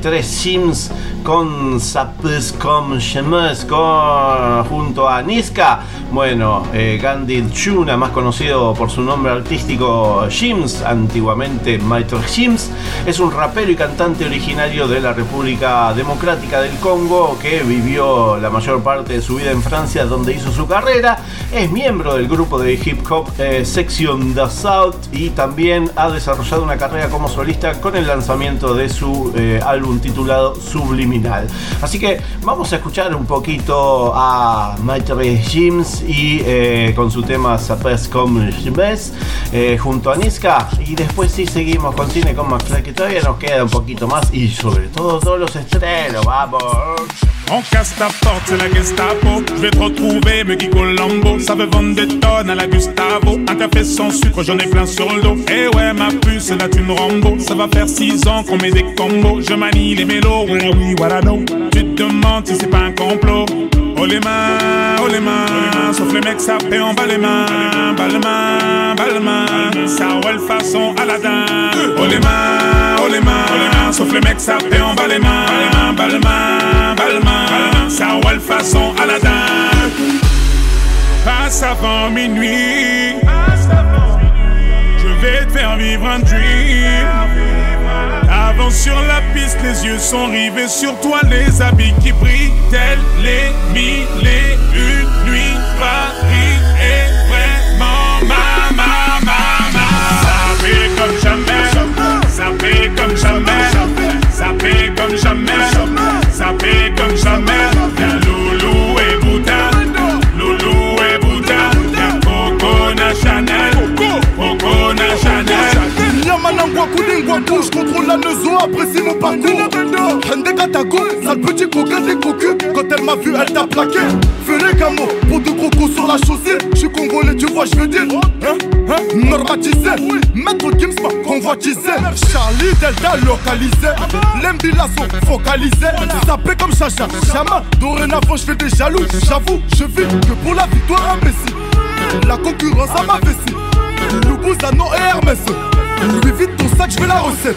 [SPEAKER 12] con Sapes comme Chemes junto a Niska. Bueno, Gandhi Chuna, más conocido por su nombre artístico Shims, antiguamente Maitre Shims, es un rapero y cantante originario de la República Democrática del Congo que vivió la mayor parte de su vida en Francia, donde hizo su carrera. Es miembro del grupo de hip hop Section the South y también ha desarrollado una carrera como solista con el lanzamiento de su álbum titulado Subliminal. Así que vamos a escuchar un poquito a Maitre Shims y con su tema Sapes comme Chemes junto a Niska, y después sí seguimos con cine con McFly, que todavía nos queda un poquito más, y sobre todo todos los estrenos. ¡Vamos!
[SPEAKER 1] On casse ta porte, c'est la Gestapo. Je vais te retrouver, me Kiko Lambo. Ça veut vendre des tonnes à la Gustavo. Un café sans sucre, j'en ai plein sur le dos. Eh ouais, ma puce, là tu me Rambo. Ça va faire 6 ans qu'on met des combos. Je manie les mélos, voilà oui, voilà non. Tu te demandes si c'est pas un complot. Oh les mains, sauf les mecs ça fait en bas les mains. Balmain, ça roule façon Aladdin. Oh les mains, sauf les mecs ça fait en bas les mains. Balmain, ça roule façon Aladdin. Passe avant minuit, je vais te faire vivre un dream. Avance sur la piste, les yeux sont rivés sur toi, les habits qui brillent, tels les 1001 nuits. Paris est vraiment ma. Ça fait comme jamais, ça fait comme jamais, ça fait comme jamais, ça fait comme jamais. Y'a Loulou et Bouddha, y'a Coco na Chanel,
[SPEAKER 7] Yamanangwa Koudingwa Kou, j'contrôle la neuzo, apprécie mon parcours. Hende Katako, sale petit coquin des cocus. Quand elle m'a vu, elle t'a plaqué. Fais les camos, pour de crocos sur la chaussée. J'suis congolais, tu vois, j'veux dire normatisé, Maître Gims m'a convoitisé. Charlie Delta localisé, l'Embila sont focalisés. Sapé comme Chacha, Chama. Dorénavant j'fais des jaloux, j'avoue, je vis que pour la victoire imbécile. La concurrence à ma vessie, Loubouzanon et Hermès. Lui vite ton sac, j'vais la recette.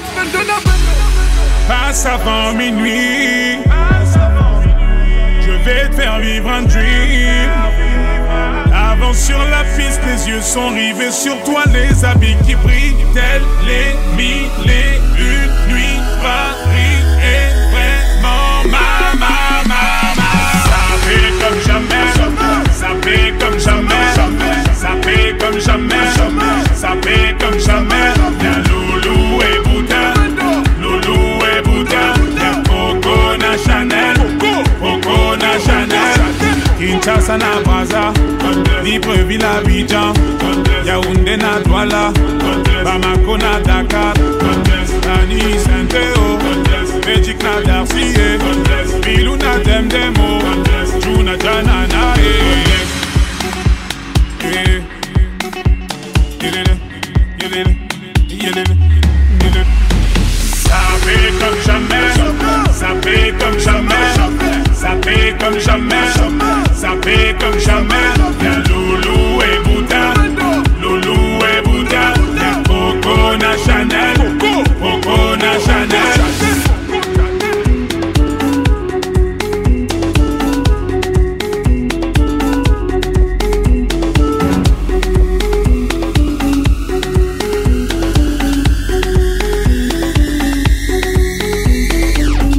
[SPEAKER 1] Passe avant minuit, je vais te faire vivre un dream. Avance sur la piste, les yeux sont rivés sur toi, les habits qui brillent, tels les 1001 nuits. Paris est vraiment ma. Ça fait comme jamais, ça fait comme jamais, ça fait comme jamais, ça fait comme jamais. Y'a Loulou et Bouddha, y'a Coco na Chanel, Kinshasa na Brazza, Libreville à Abidjan, Yaoundé na Douala, Bamako na Dakar, Tani Saint-Théo, Belgique na Darcy, Bilou na Demdemo, Juna Janana. Ça fait comme jamais, ça fait comme jamais, ça fait comme jamais, ça fait comme jamais. Y'a Loulou et Bouddha, y'a Coco na Chanel,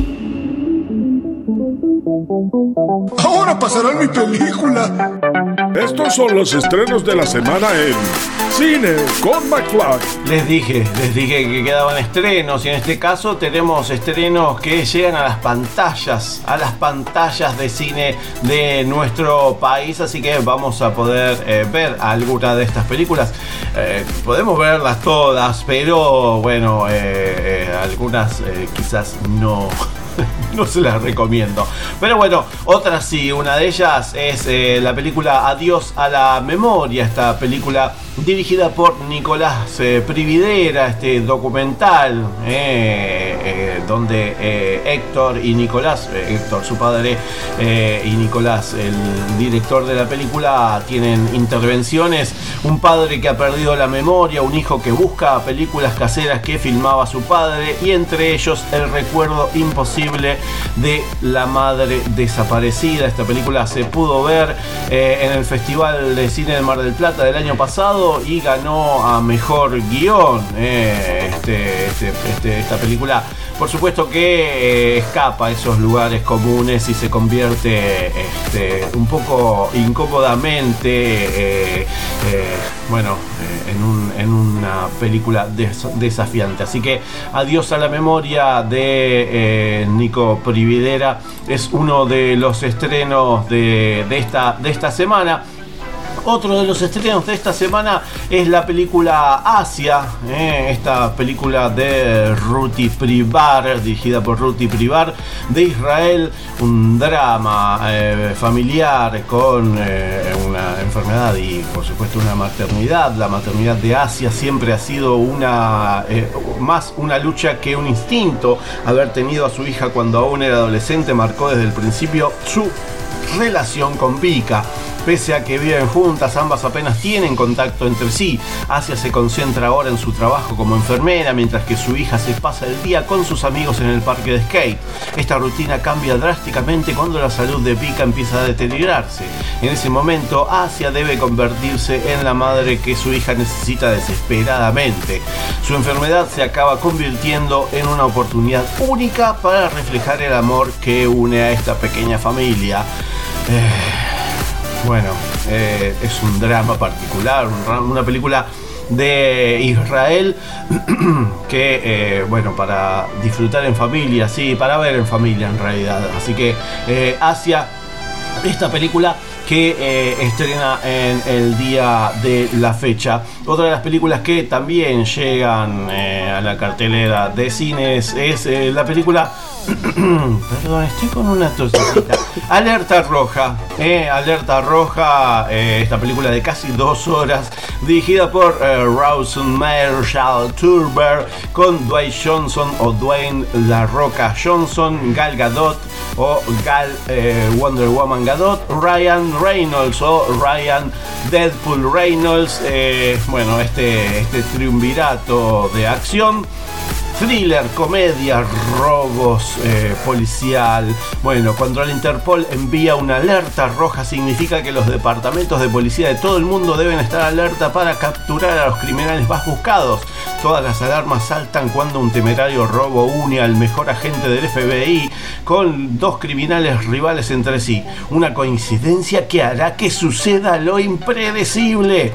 [SPEAKER 5] Ahora pasará mi película.
[SPEAKER 2] Estos son los estrenos de la semana en Cine con McFly.
[SPEAKER 12] Les dije que quedaban estrenos y en este caso tenemos estrenos que llegan a las pantallas de cine de nuestro país, así que vamos a poder ver alguna de estas películas. Podemos verlas todas, pero bueno, algunas quizás no se las recomiendo. Pero bueno, otras sí. Una de ellas es la película Adiós a la Memoria. Esta película dirigida por Nicolás Prividera, este documental donde Héctor y Nicolás, Héctor su padre y Nicolás el director de la película, tienen intervenciones. Un padre que ha perdido la memoria, un hijo que busca películas caseras que filmaba su padre, y entre ellos el recuerdo imposible de la madre desaparecida. Esta película se pudo ver en el Festival de Cine del Mar del Plata del año pasado y ganó a mejor guión. Esta película, por supuesto que escapa a esos lugares comunes y se convierte un poco incómodamente en una película desafiante. Así que Adiós a la Memoria de Nico Prividera es uno de los estrenos de esta semana. Otro de los estrenos de esta semana es la película Asia, esta película de Ruti Privar, dirigida por Ruti Privar, de Israel, un drama familiar con una enfermedad y por supuesto una maternidad. La maternidad de Asia siempre ha sido más una lucha que un instinto. Haber tenido a su hija cuando aún era adolescente marcó desde el principio su relación con Vika. Pese a que viven juntas, ambas apenas tienen contacto entre sí. Asia se concentra ahora en su trabajo como enfermera, mientras que su hija se pasa el día con sus amigos en el parque de skate. Esta rutina cambia drásticamente cuando la salud de Vika empieza a deteriorarse. En ese momento, Asia debe convertirse en la madre que su hija necesita desesperadamente. Su enfermedad se acaba convirtiendo en una oportunidad única para reflejar el amor que une a esta pequeña familia. Es un drama particular, una película de Israel que, para disfrutar en familia, sí, para ver en familia en realidad. Así que Asia, esta película que estrena en el día de la fecha. Otra de las películas que también llegan a la cartelera de cines es la película perdón, estoy con una tosecita. Alerta Roja. Alerta Roja, esta película de casi 2 horas, dirigida por Rawson Marshall Turber, con Dwayne Johnson o Dwayne La Roca Johnson, Gal Gadot o Gal Wonder Woman Gadot, Ryan Reynolds o Ryan Deadpool Reynolds. Este triunvirato de acción, thriller, comedia, robos, policial. Cuando la Interpol envía una alerta roja, significa que los departamentos de policía de todo el mundo deben estar alerta para capturar a los criminales más buscados. Todas las alarmas saltan cuando un temerario robo une al mejor agente del FBI con 2 criminales rivales entre sí. Una coincidencia que hará que suceda lo impredecible.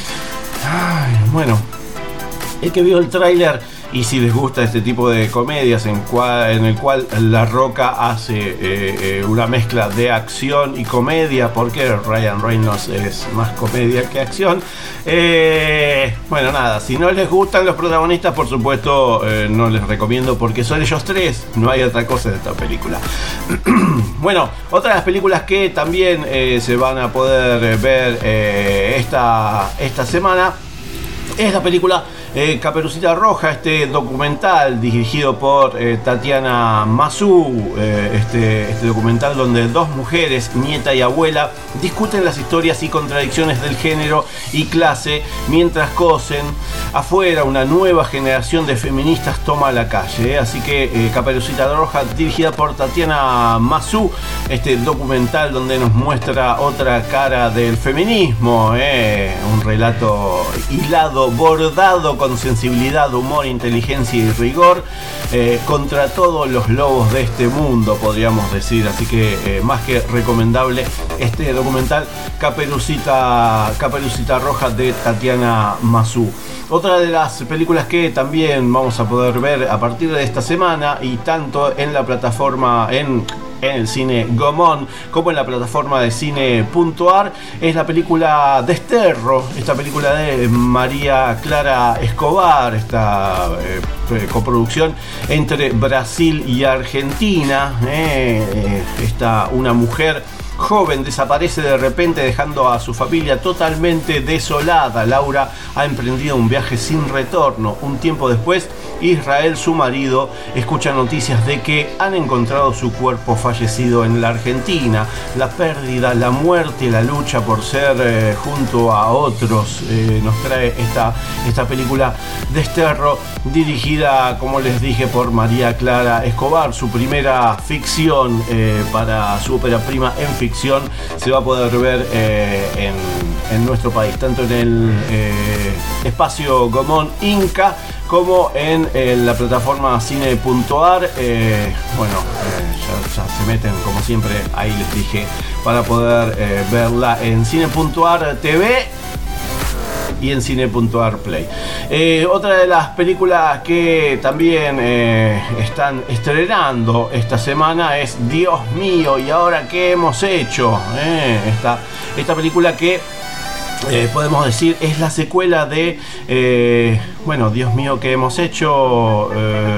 [SPEAKER 12] El que vio el tráiler, y si les gusta este tipo de comedias en el cual La Roca hace una mezcla de acción y comedia, porque Ryan Reynolds es más comedia que acción, si no les gustan los protagonistas, por supuesto no les recomiendo, porque son ellos 3, no hay otra cosa en esta película. Otra de las películas que también se van a poder ver esta semana es la película Caperucita Roja, este documental dirigido por Tatiana Masu, este documental donde 2 mujeres, nieta y abuela, discuten las historias y contradicciones del género y clase mientras cosen. Afuera, una nueva generación de feministas toma la calle. Así que Caperucita Roja, dirigida por Tatiana Masu, este documental donde nos muestra otra cara del feminismo, un relato hilado, bordado con sensibilidad, humor, inteligencia y rigor contra todos los lobos de este mundo, podríamos decir. Así que más que recomendable este documental Caperucita Roja de Tatiana Massú. Otra de las películas que también vamos a poder ver a partir de esta semana, y tanto en la plataforma en el cine Gaumont como en la plataforma de cine.ar, es la película Desterro, esta película de María Clara Escobar, esta coproducción entre Brasil y Argentina. Una mujer joven desaparece de repente, dejando a su familia totalmente desolada. Laura ha emprendido un viaje sin retorno. Un tiempo después, Israel, su marido, escucha noticias de que han encontrado su cuerpo fallecido en la Argentina. La pérdida, la muerte y la lucha por ser junto a otros nos trae esta película Desterro, dirigida, como les dije, por María Clara Escobar. Su primera ficción, para su ópera prima en ficción, se va a poder ver en nuestro país, tanto en el espacio Gaumont Inca como en la plataforma cine.ar. Ya se meten, como siempre, ahí les dije, para poder verla en cine.ar TV y en cine.ar Play. Otra de las películas que también están estrenando esta semana es Dios mío, ¿y ahora qué hemos hecho? Esta película que podemos decir es la secuela de Dios mío, ¿qué hemos hecho?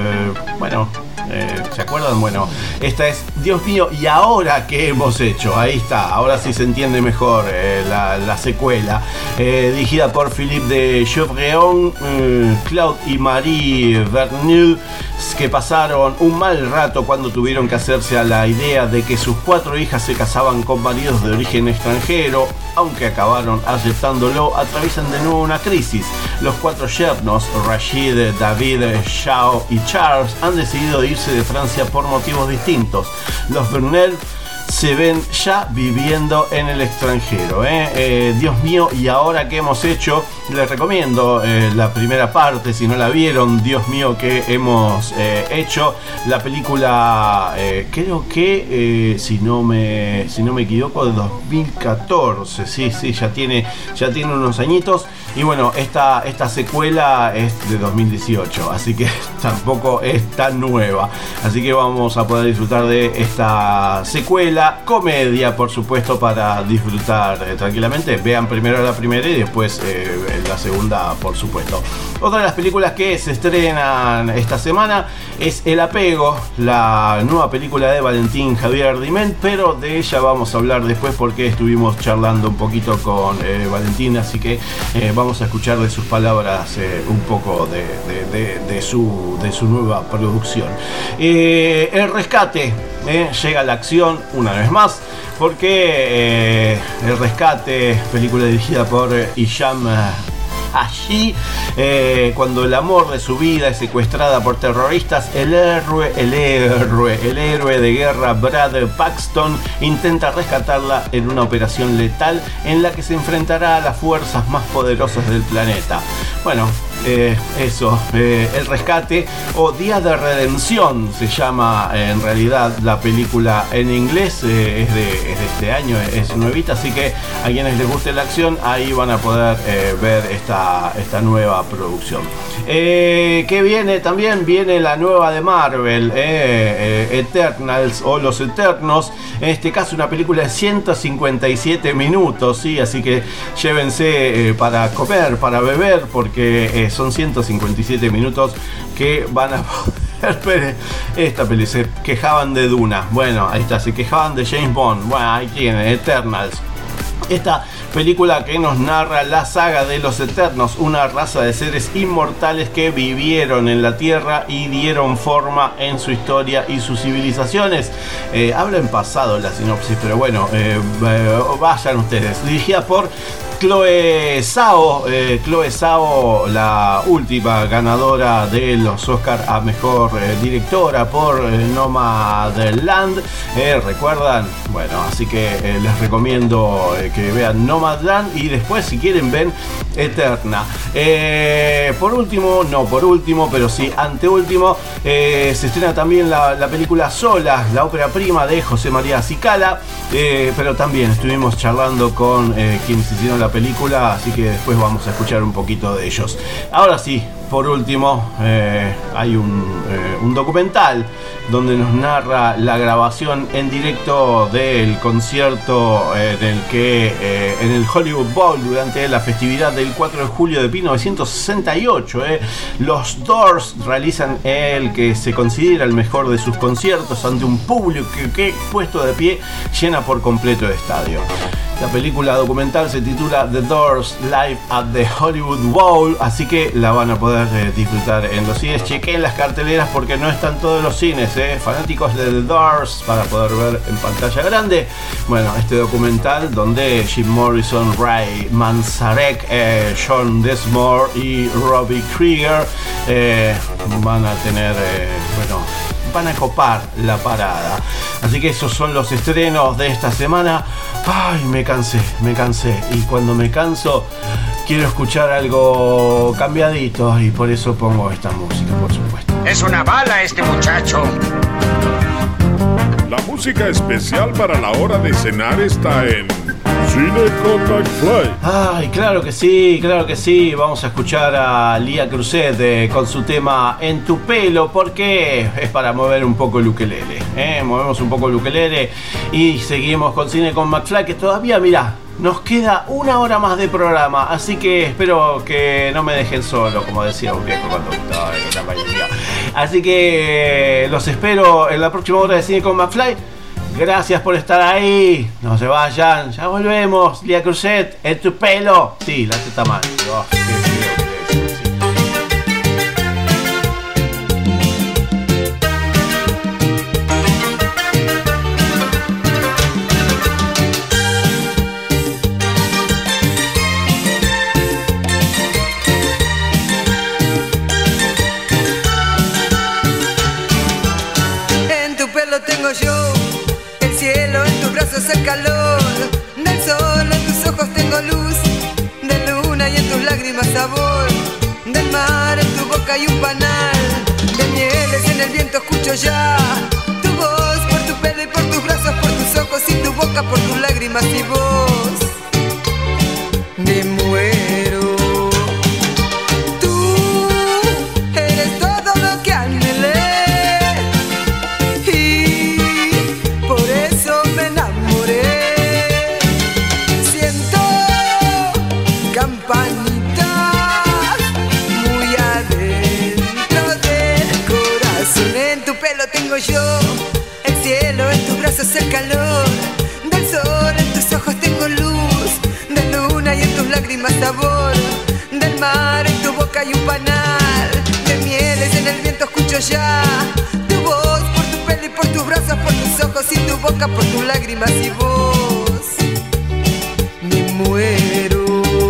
[SPEAKER 12] ¿Se acuerdan? Bueno, esta es Dios mío, ¿y ahora qué hemos hecho? Ahí está, ahora sí se entiende mejor la secuela. Dirigida por Philippe de Chabrillon, Claude y Marie Verneuil, que pasaron un mal rato cuando tuvieron que hacerse a la idea de que sus 4 hijas se casaban con maridos de origen extranjero. Aunque acabaron aceptándolo, atraviesan de nuevo una crisis. Los 4 yernos, Rachid, David, Xiao y Charles, han decidido irse de Francia por motivos distintos. Los Brunel se ven ya viviendo en el extranjero. Dios mío, ¿y ahora qué hemos hecho? Les recomiendo la primera parte, si no la vieron. Dios mío, ¿qué hemos hecho? La película, creo que, si no me equivoco, de 2014. Sí, ya tiene unos añitos. Y bueno, esta secuela es de 2018, así que tampoco es tan nueva. Así que vamos a poder disfrutar de esta secuela, comedia, por supuesto, para disfrutar tranquilamente. Vean primero la primera y después la segunda, por supuesto. Otra de las películas que se estrenan esta semana es El apego, la nueva película de Valentín Javier Diment, pero de ella vamos a hablar después porque estuvimos charlando un poquito con Valentín, así que vamos a escuchar de sus palabras un poco de su nueva producción. El rescate, llega a la acción una vez más, porque El rescate, película dirigida por Hicham Haji, cuando el amor de su vida es secuestrada por terroristas, el héroe de guerra Brad Paxton intenta rescatarla en una operación letal en la que se enfrentará a las fuerzas más poderosas del planeta. Bueno, El rescate, o Día de Redención se llama en realidad la película en inglés. Es de este año, es nuevita, así que a quienes les guste la acción, ahí van a poder ver esta nueva producción. ¿Qué viene? También viene la nueva de Marvel, Eternals o Los Eternos. En este caso una película de 157 minutos, ¿sí? Así que llévense para comer, para beber, porque son 157 minutos que van a poder esta peli. Se quejaban de Duna, bueno, ahí está. Se quejaban de James Bond, bueno, ahí tienen Eternals. Esta película que nos narra la saga de los Eternos, una raza de seres inmortales que vivieron en la Tierra y dieron forma en su historia y sus civilizaciones. Habla en pasado la sinopsis, pero bueno, vayan ustedes. Dirigida por Chloe Zhao. Chloe Zhao, la última ganadora de los Oscar a Mejor Directora por Nomadland. ¿Recuerdan? Bueno, así que les recomiendo que vean Nomadland y después, si quieren, ven Eterna. Por último, pero sí anteúltimo, se estrena también la película Sola, la ópera prima de José María Cicala, pero también estuvimos charlando con quienes hicieron la película, así que después vamos a escuchar un poquito de ellos. Ahora sí, por último, hay un documental donde nos narra la grabación en directo del concierto en el Hollywood Bowl durante la festividad del 4 de julio de 1968. Los Doors realizan el que se considera el mejor de sus conciertos ante un público que puesto de pie llena por completo el estadio. La película documental se titula The Doors Live at the Hollywood Bowl, así que la van a poder disfrutar en los cines. Chequen las carteleras porque no están todos los cines, fanáticos de The Doors, para poder ver en pantalla grande. Bueno, este documental donde Jim Morrison, Ray Manzarek, John Desmore y Robbie Krieger van a tener, van a copar la parada. Así que esos son los estrenos de esta semana. Ay, me cansé. Y cuando me canso, quiero escuchar algo cambiadito y por eso pongo esta música, por supuesto.
[SPEAKER 5] Es una bala este muchacho.
[SPEAKER 2] La música especial para la hora de cenar está en Cine con McFly.
[SPEAKER 12] Ay, claro que sí. Vamos a escuchar a Lía Cruzet con su tema En tu pelo, porque es para mover un poco el ukelele. Movemos un poco el ukelele y seguimos con Cine con McFly, que todavía, mirá, nos queda una hora más de programa, así que espero que no me dejen solo, como decía un viejo cuando estaba en la mayoría. Así que los espero en la próxima hora de Cine con McFly. Gracias por estar ahí. No se vayan, ya volvemos. Lía Cruzet, En tu pelo. Sí, la teta mal. Oh, qué feo que es, sí.
[SPEAKER 4] En tu pelo tengo yo el cielo, en tus brazos el calor del sol, en tus ojos tengo luz de luna y en tus lágrimas sabor del mar, en tu boca hay un panal de mieles, en el viento escucho ya tu voz, por tu pelo y por tus brazos, por tus ojos y tu boca, por tus lágrimas y voz. Me muero. Tú eres todo lo que anhelé. Tengo yo el cielo, en tus brazos el calor del sol, en tus ojos tengo luz de luna y en tus lágrimas sabor del mar, en tu boca hay un panal de mieles, en el viento escucho ya tu voz, por tu pelo y por tus brazos, por tus ojos y tu boca, por tus lágrimas y voz. Me muero.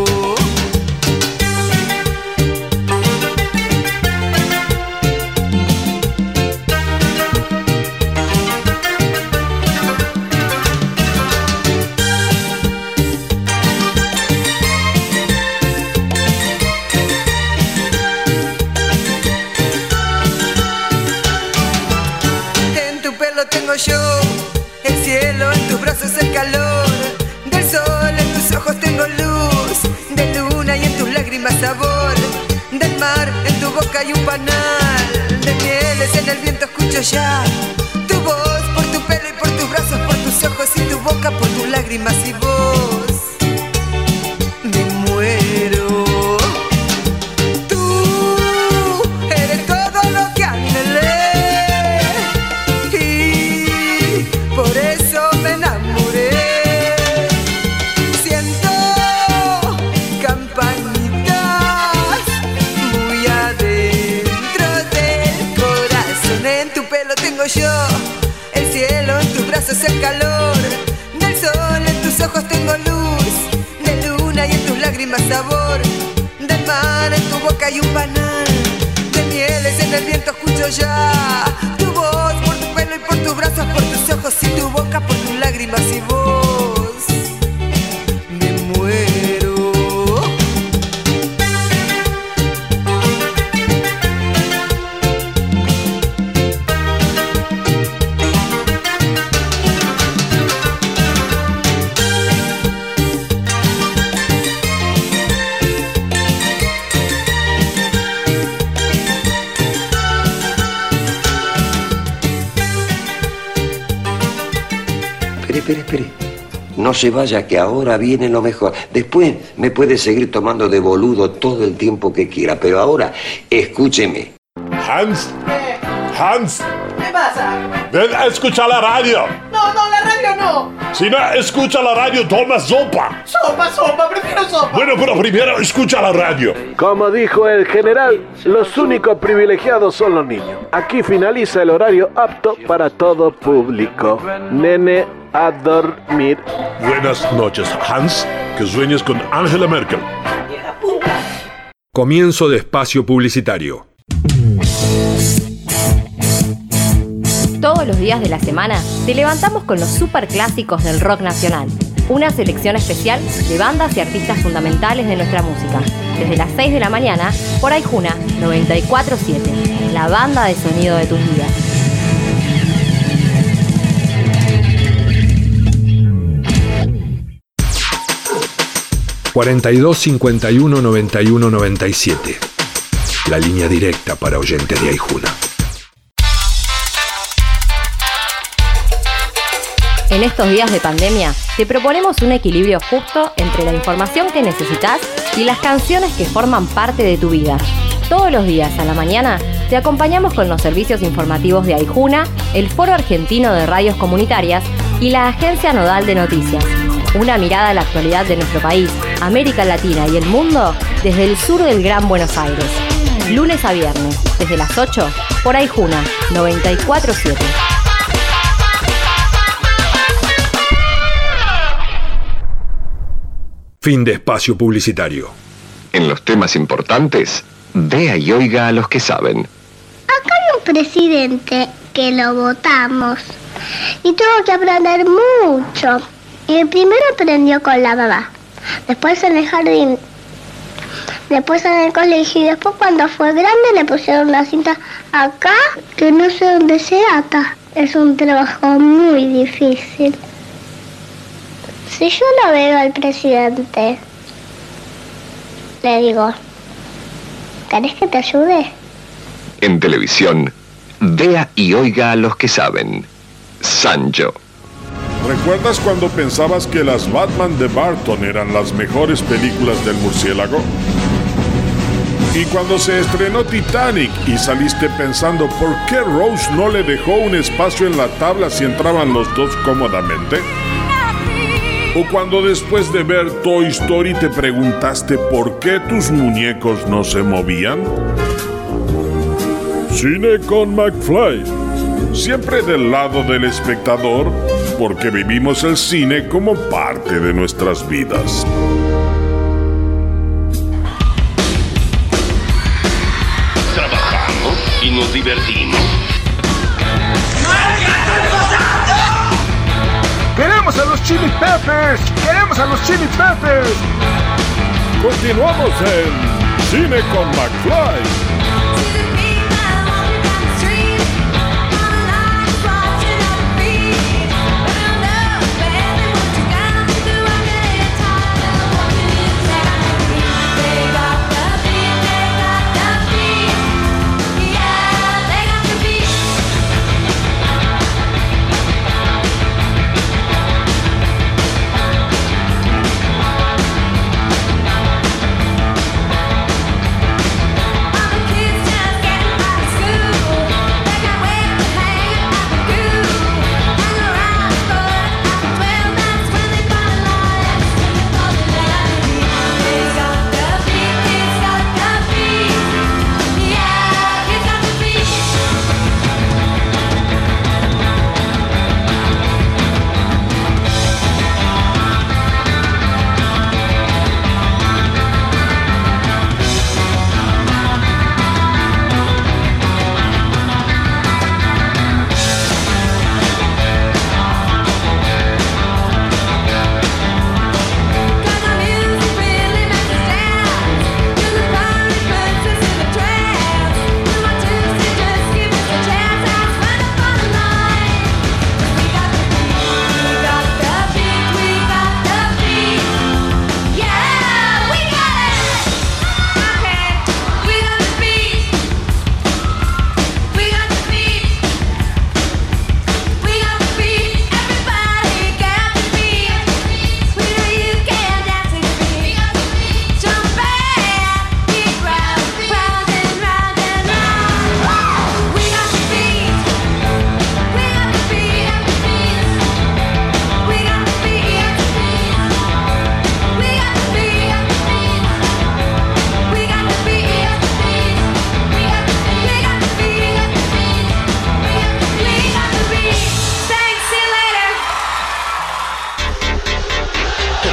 [SPEAKER 4] Tengo yo el cielo, en tus brazos el calor del sol, en tus ojos tengo luz de luna y en tus lágrimas sabor del mar, en tu boca hay un panal de mieles, en el viento escucho ya tu voz, por tu pelo y por tus brazos, por tus ojos y tu boca, por tus lágrimas y voz. Me muero. Tú eres todo lo que anhelé. Yo el cielo, en tus brazos el calor del sol, en tus ojos tengo luz de luna y en tus lágrimas sabor. Del mar en tu boca hay un panal de mieles en el viento escucho ya tu voz por tu pelo y por tus brazos, por tus ojos y tu boca, por tus lágrimas y voz. Me muero.
[SPEAKER 24] Espere. No se vaya, que ahora viene lo mejor. Después me puede seguir tomando de boludo todo el tiempo que quiera, pero ahora, escúcheme.
[SPEAKER 2] Hans.
[SPEAKER 8] ¿Qué pasa?
[SPEAKER 2] Ven a escuchar la radio.
[SPEAKER 8] No, la radio no.
[SPEAKER 2] Si no escucha la radio, toma sopa.
[SPEAKER 8] Sopa, prefiero sopa.
[SPEAKER 2] Bueno, pero primero escucha la radio.
[SPEAKER 9] Como dijo el general, los únicos privilegiados son los niños. Aquí finaliza el horario apto para todo público. Nene, a dormir.
[SPEAKER 2] Buenas noches, Hans. Que sueñes con Angela Merkel.
[SPEAKER 16] Comienzo de espacio publicitario.
[SPEAKER 10] Todos los días de la semana te levantamos con los superclásicos del rock nacional. Una selección especial de bandas y artistas fundamentales de nuestra música. Desde las 6 de la mañana por Aijuna 94.7, la banda de sonido de tus días.
[SPEAKER 16] ...42 51 91 97... la línea directa para oyentes de Aijuna.
[SPEAKER 10] En estos días de pandemia, te proponemos un equilibrio justo entre la información que necesitas y las canciones que forman parte de tu vida. Todos los días a la mañana te acompañamos con los servicios informativos de Aijuna, el Foro Argentino de Radios Comunitarias y la Agencia Nodal de Noticias. Una mirada a la actualidad de nuestro país, América Latina y el mundo desde el sur del Gran Buenos Aires. Lunes a viernes, desde las 8, por Aijuna 94.7.
[SPEAKER 16] Fin de espacio publicitario.
[SPEAKER 24] En los temas importantes, vea y oiga a los que saben.
[SPEAKER 6] Acá hay un presidente que lo votamos y tuvo que aprender mucho. Y primero aprendió con la mamá, después en el jardín, después en el colegio y después cuando fue grande le pusieron una cinta acá que no sé dónde se ata. Es un trabajo muy difícil. Si yo lo veo al presidente, le digo, ¿querés que te ayude?
[SPEAKER 24] En televisión, vea y oiga a los que saben. Sancho.
[SPEAKER 2] ¿Recuerdas cuando pensabas que las Batman de Barton eran las mejores películas del murciélago? Y cuando se estrenó Titanic y saliste pensando ¿por qué Rose no le dejó un espacio en la tabla si entraban los dos cómodamente? ¿O cuando después de ver Toy Story te preguntaste por qué tus muñecos no se movían? Cine con McFly. Siempre del lado del espectador, porque vivimos el cine como parte de nuestras vidas.
[SPEAKER 11] Trabajamos y nos divertimos.
[SPEAKER 7] ¡Queremos a los Chili Peppers! ¡Queremos a los Chili Peppers!
[SPEAKER 2] Continuamos en Cine con McFly.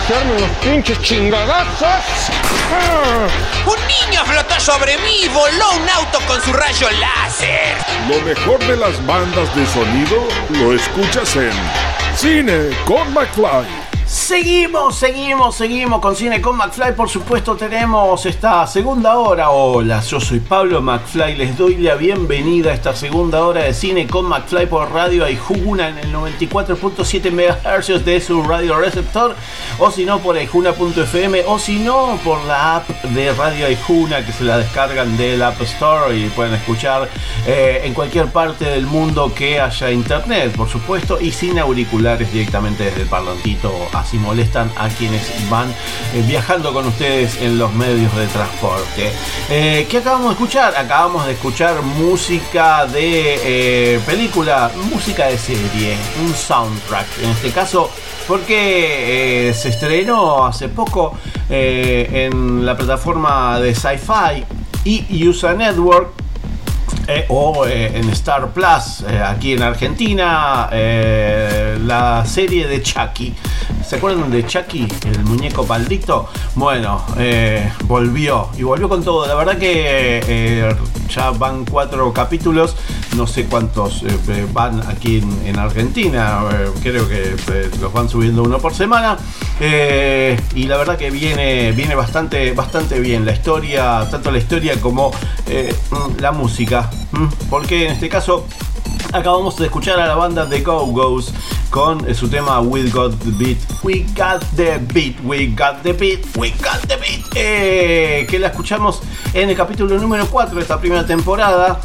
[SPEAKER 3] hacerme unos pinches chingadazos.
[SPEAKER 11] Un niño flotó sobre mí y voló un auto con su rayo láser.
[SPEAKER 2] Lo mejor de las bandas de sonido lo escuchas en Cine con McFly.
[SPEAKER 12] Seguimos con Cine con McFly. Por supuesto tenemos esta segunda hora. Hola, yo soy Pablo McFly. Les doy la bienvenida a esta segunda hora de Cine con McFly por Radio Aijuna en el 94.7 MHz de su radio receptor, o si no por aijuna.fm, o si no por la app de Radio Aijuna, que se la descargan del App Store y pueden escuchar en cualquier parte del mundo que haya internet, por supuesto, y sin auriculares, directamente desde el parlantito. Así molestan a quienes van viajando con ustedes en los medios de transporte. ¿Qué acabamos de escuchar? Acabamos de escuchar música de película, música de serie, un soundtrack en este caso, porque se estrenó hace poco en la plataforma de Sci-Fi y USA Network, o en Star Plus aquí en Argentina, la serie de Chucky. ¿Se acuerdan de Chucky, el muñeco maldito? Bueno, volvió con todo. La verdad que ya van 4 capítulos, no sé cuántos van aquí en Argentina, creo que los van subiendo uno por semana, y la verdad que viene bastante bien la historia, tanto la historia como la música, porque en este caso acabamos de escuchar a la banda The Go-Go's con su tema We Got the Beat. We Got the Beat, We Got the Beat, We Got the Beat, que la escuchamos en el capítulo número 4 de esta primera temporada,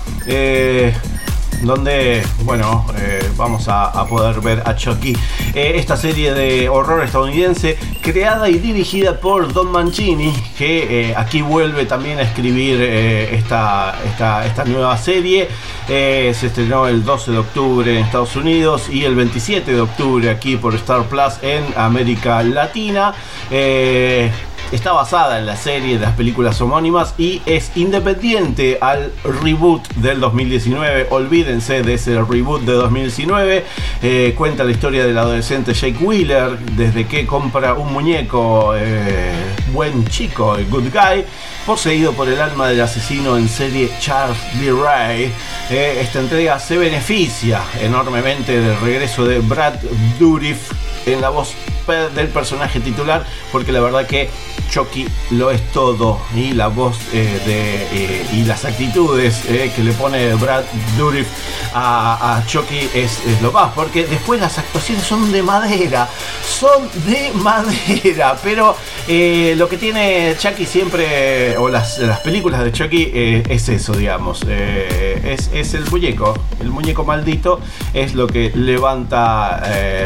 [SPEAKER 12] donde, bueno, vamos a poder ver a Chucky, esta serie de horror estadounidense creada y dirigida por Don Mancini, que aquí vuelve también a escribir esta nueva serie. Se estrenó el 12 de octubre en Estados Unidos y el 27 de octubre aquí por Star Plus en América Latina. Está basada en la serie de las películas homónimas y es independiente al reboot del 2019. Olvídense de ese reboot de 2019. Cuenta la historia del adolescente Jake Wheeler desde que compra un muñeco, buen chico, el good guy, poseído por el alma del asesino en serie Charles Lee Ray. Esta entrega se beneficia enormemente del regreso de Brad Dourif en la voz del personaje titular, porque la verdad que Chucky lo es todo, y la voz y las actitudes que le pone Brad Dourif a Chucky es lo más, porque después las actuaciones son de madera, pero lo que tiene Chucky siempre, o las películas de Chucky, es eso, digamos, es el muñeco maldito, es lo que levanta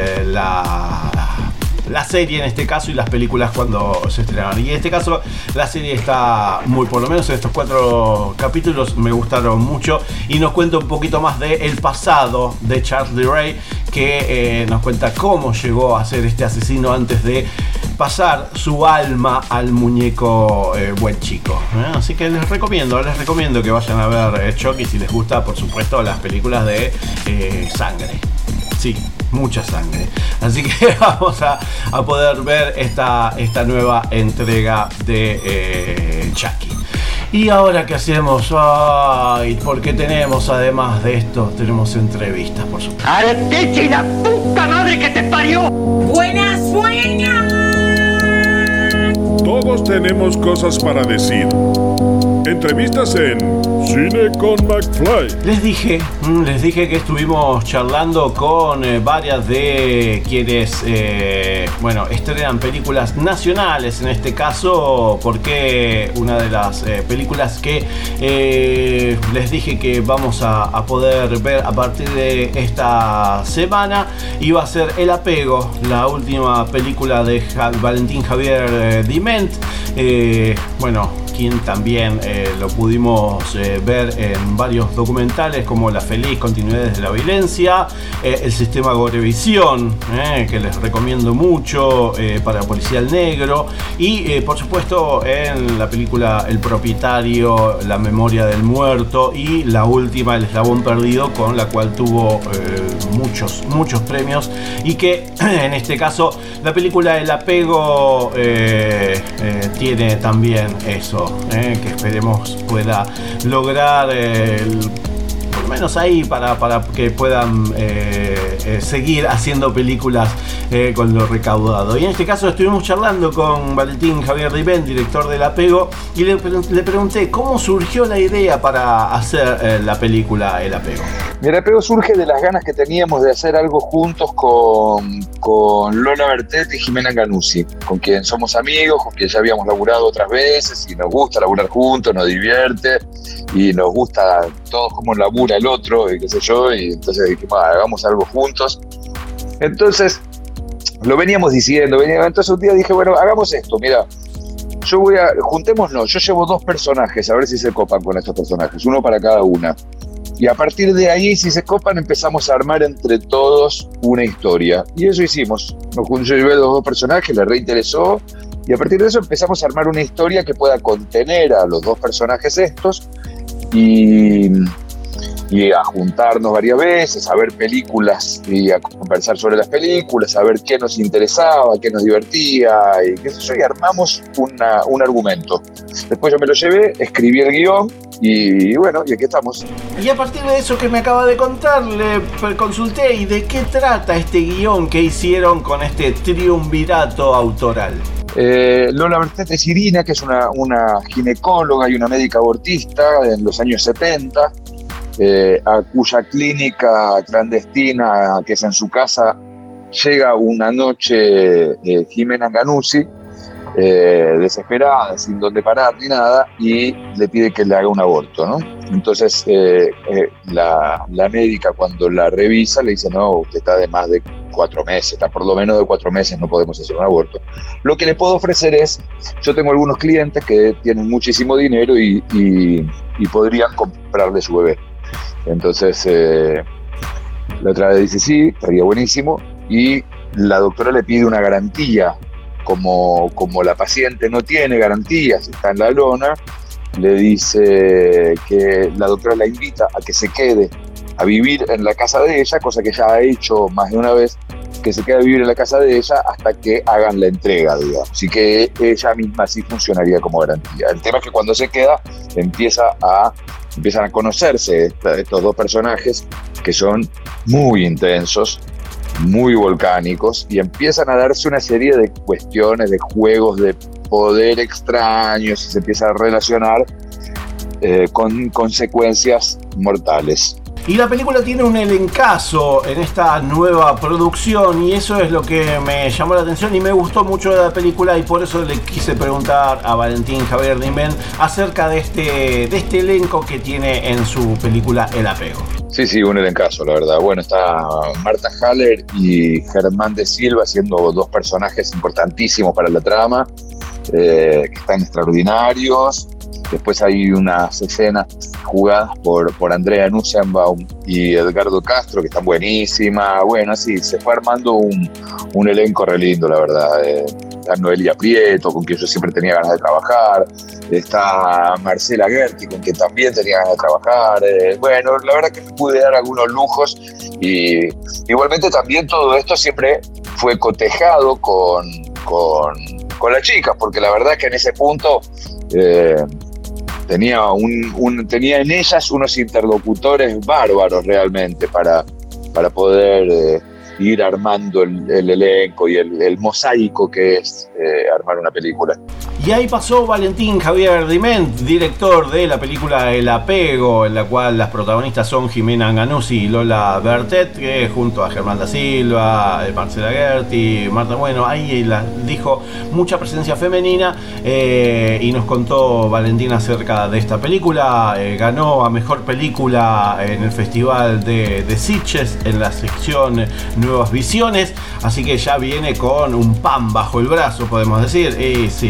[SPEAKER 12] la serie en este caso, y las películas cuando se estrenaron. Y en este caso la serie está por lo menos en estos 4 capítulos me gustaron mucho, y nos cuenta un poquito más del pasado de Charles Lee Ray, que nos cuenta cómo llegó a ser este asesino antes de pasar su alma al muñeco buen chico. Así que les recomiendo que vayan a ver Chucky si les gusta, por supuesto, las películas de sangre. Sí, mucha sangre. Así que vamos a poder ver esta nueva entrega de Chucky. Y ahora, ¿qué hacemos? Ay, porque tenemos, además de esto, tenemos entrevistas, por supuesto.
[SPEAKER 3] ¡Arteche y la puta madre que te parió!
[SPEAKER 11] ¡Buenas, buenas!
[SPEAKER 2] Todos tenemos cosas para decir. Entrevistas en Cine con McFly.
[SPEAKER 12] Les dije que estuvimos charlando con varias de quienes, estrenan películas nacionales, en este caso, porque una de las películas que les dije que vamos a poder ver a partir de esta semana iba a ser El Apego, la última película de Valentín Javier Diment. quien también lo pudimos ver en varios documentales como La feliz continuidad de la violencia, el sistema Gorevisión, que les recomiendo mucho, para Policial Negro, y por supuesto en la película El propietario, La memoria del muerto, y la última, El eslabón perdido, con la cual tuvo muchos premios, y que en este caso la película El apego tiene también eso, que esperemos pueda lograr por lo menos ahí para que puedan seguir haciendo películas con lo recaudado. Y en este caso estuvimos charlando con Valentín Javier Ribén, director del Apego, y le pregunté cómo surgió la idea para hacer la película El Apego.
[SPEAKER 13] El Apego surge de las ganas que teníamos de hacer algo juntos con Lola Bertet y Jimena Ganuzzi, con quien somos amigos, con quien ya habíamos laburado otras veces y nos gusta laburar juntos, nos divierte y nos gusta todos cómo labura el otro y qué sé yo, y entonces dijimos, hagamos algo juntos. Entonces lo veníamos diciendo, entonces un día dije, bueno, hagamos esto, mira, juntémonos, yo llevo 2 personajes, a ver si se copan con estos personajes, uno para cada una. Y a partir de ahí, si se copan, empezamos a armar entre todos una historia. Y eso hicimos. Yo llevé los 2 personajes, les reinteresó. Y a partir de eso empezamos a armar una historia que pueda contener a los 2 personajes estos. Y a juntarnos varias veces, a ver películas y a conversar sobre las películas, a ver qué nos interesaba, qué nos divertía y qué sé yo, y armamos un argumento. Después yo me lo llevé, escribí el guión y bueno, y aquí estamos.
[SPEAKER 12] Y a partir de eso que me acaba de contar, le consulté, ¿y de qué trata este guión que hicieron con este triunvirato autoral?
[SPEAKER 13] Lola Bertet es Irina, que es una ginecóloga y una médica abortista en los años 70, a cuya clínica clandestina, que es en su casa, llega una noche Jimena Ganuzzi, desesperada, sin dónde parar ni nada, y le pide que le haga un aborto, ¿no? Entonces la médica, cuando la revisa, le dice, no, usted está de más de 4 meses, está por lo menos de 4 meses, no podemos hacer un aborto. Lo que le puedo ofrecer es, yo tengo algunos clientes que tienen muchísimo dinero y podrían comprarle su bebé. Entonces la otra vez dice, sí, estaría buenísimo, y la doctora le pide una garantía. Como la paciente no tiene garantías, está en la lona, le dice que la doctora la invita a que se quede a vivir en la casa de ella, cosa que ya ha hecho más de una vez, que se quede a vivir en la casa de ella hasta que hagan la entrega, digamos. Así que ella misma sí funcionaría como garantía. El tema es que cuando se queda, empiezan a conocerse estos 2 personajes que son muy intensos, muy volcánicos, y empiezan a darse una serie de cuestiones, de juegos de poder extraños, y se empieza a relacionar con consecuencias mortales.
[SPEAKER 12] Y la película tiene un elencazo en esta nueva producción, y eso es lo que me llamó la atención y me gustó mucho de la película, y por eso le quise preguntar a Valentín Javier Ribén acerca de este elenco que tiene en su película El Apego.
[SPEAKER 13] Sí, un elencazo, la verdad. Bueno, está Marta Haller y Germán de Silva haciendo 2 personajes importantísimos para la trama, que están extraordinarios. Después hay unas escenas jugadas por Andrea Nussenbaum y Edgardo Castro que están buenísimas. Bueno, así se fue armando un elenco re lindo, la verdad. Está Noelia Prieto, con quien yo siempre tenía ganas de trabajar. Está Marcela Gerti, con quien también tenía ganas de trabajar. Bueno, la verdad que me pude dar algunos lujos, y igualmente también todo esto siempre fue cotejado con las chicas, porque la verdad que en ese punto tenía en ellas unos interlocutores bárbaros realmente para poder ir armando el elenco y el mosaico que es armar una película.
[SPEAKER 12] Y ahí pasó Valentín Javier Ribén, director de la película El Apego, en la cual las protagonistas son Jimena Ganuzzi y Lola Bertet, que junto a Germán da Silva, Marcela Gerti, Marta, bueno, ahí dijo mucha presencia femenina, y nos contó Valentín acerca de esta película. Ganó a Mejor Película en el Festival de Sitges, en la sección Nuevas Visiones, así que ya viene con un pan bajo el brazo, podemos decir, y sí, podemos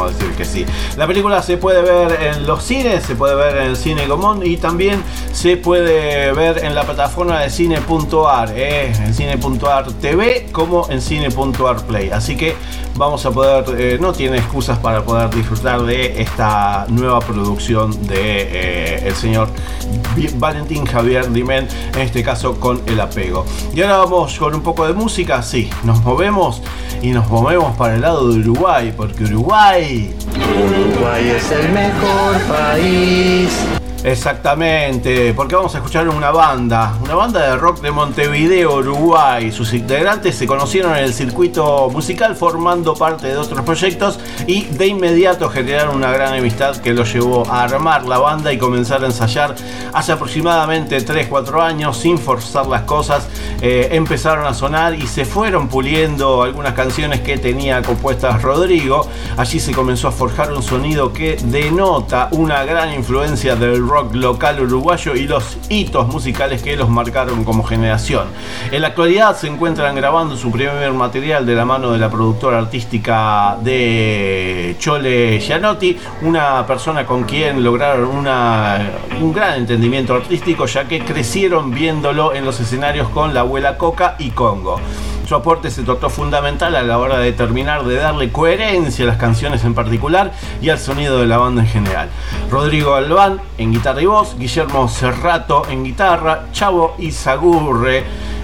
[SPEAKER 12] vamos a decir que sí. La película se puede ver en los cines, se puede ver en el Cine Gomón y también se puede ver en la plataforma de Cine.ar, en Cine.ar TV como en Cine.ar Play. Así que vamos a poder, no tiene excusas para poder disfrutar de esta nueva producción de el señor Valentín Javier Dimén, en este caso con El Apego. Y ahora vamos con un poco de música, sí, nos movemos para el lado de Uruguay, porque Uruguay
[SPEAKER 14] es el mejor país.
[SPEAKER 12] Exactamente, porque vamos a escuchar una banda de rock de Montevideo, Uruguay. Sus integrantes se conocieron en el circuito musical formando parte de otros proyectos y de inmediato generaron una gran amistad que los llevó a armar la banda y comenzar a ensayar hace aproximadamente 3-4 años sin forzar las cosas. Empezaron a sonar y se fueron puliendo algunas canciones que tenía compuestas Rodrigo. Allí se comenzó a forjar un sonido que denota una gran influencia del rock local uruguayo y los hitos musicales que los marcaron como generación. En la actualidad se encuentran grabando su primer material de la mano de la productora artística de Chole Gianotti, una persona con quien lograron un gran entendimiento artístico, ya que crecieron viéndolo en los escenarios con la abuela Coca y Congo. Su aporte se tornó fundamental a la hora de terminar de darle coherencia a las canciones en particular y al sonido de la banda en general. Rodrigo Albán en guitarra y voz, Guillermo Cerrato en guitarra, Chavo Izaguirre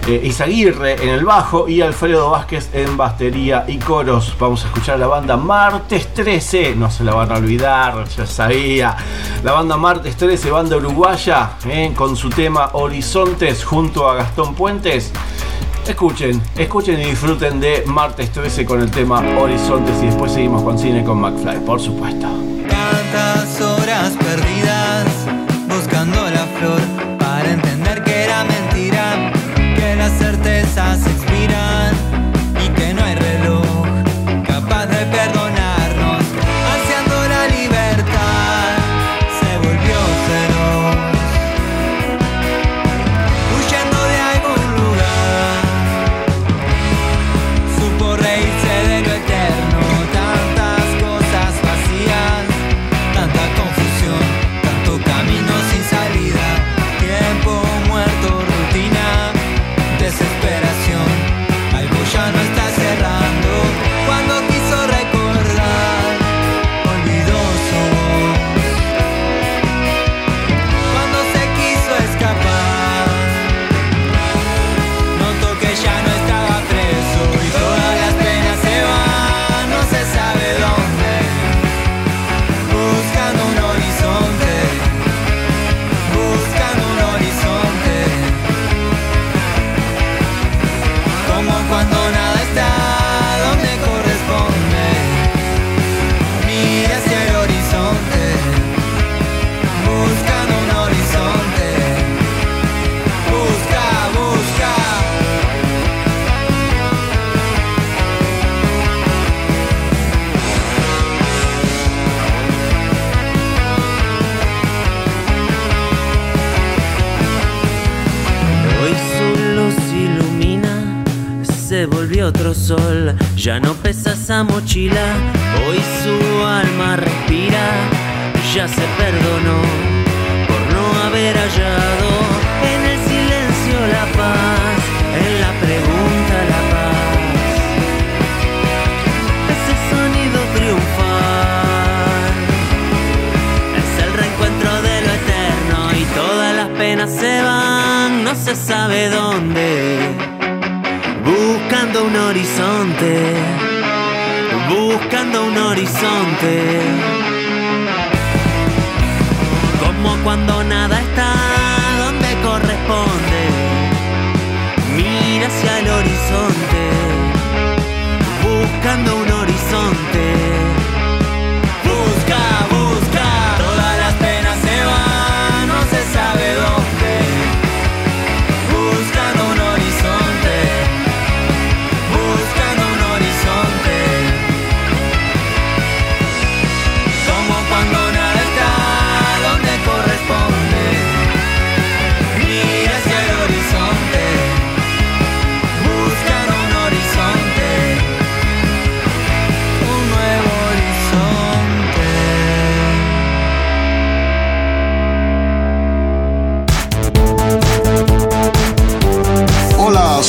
[SPEAKER 12] en el bajo y Alfredo Vázquez en batería y coros. Vamos a escuchar la banda Martes 13, no se la van a olvidar, ya sabía. La banda Martes 13, banda uruguaya, con su tema Horizontes junto a Gastón Puentes. Escuchen y disfruten de Martes 13 con el tema Horizontes y después seguimos con Cine con McFly, por supuesto.
[SPEAKER 15] Tantas horas perdidas buscando la flor para entender que era mentira, que las certezas expiran y que no hay reloj capaz de perdonarnos. Ansiando la libertad se volvió feroz, huyendo de algún lugar, supo reírse de lo eterno. Tantas cosas vacías, tanta confusión, tanto camino sin salida, tiempo muerto, rutina, desesperación. Algo ya no está cerrando. Cuando quiso recordar, olvidó su voz. Cuando se quiso escapar, notó que ya no estaba preso y todas las penas se van, no se sabe dónde, buscando un horizonte, buscando un horizonte, como cuando nada está donde corresponde. Mira hacia el horizonte, buscando un horizonte, busca, busca.
[SPEAKER 14] Hoy su luz ilumina, se volvió otro sol, ya no pesa esa mochila. Hoy su alma respira, ya se perdonó por no haber hallado en el silencio la paz, en la pregunta la paz, ese sonido triunfal, es el reencuentro de lo eterno y todas las penas se van, no se sabe dónde, buscando un horizonte, buscando un horizonte, como cuando nada está donde corresponde. Mira hacia el horizonte, buscando un horizonte, busca, busca. Todas las penas se van, no se sabe dónde, buscando un horizonte, buscando un horizonte, como cuando nada está donde corresponde.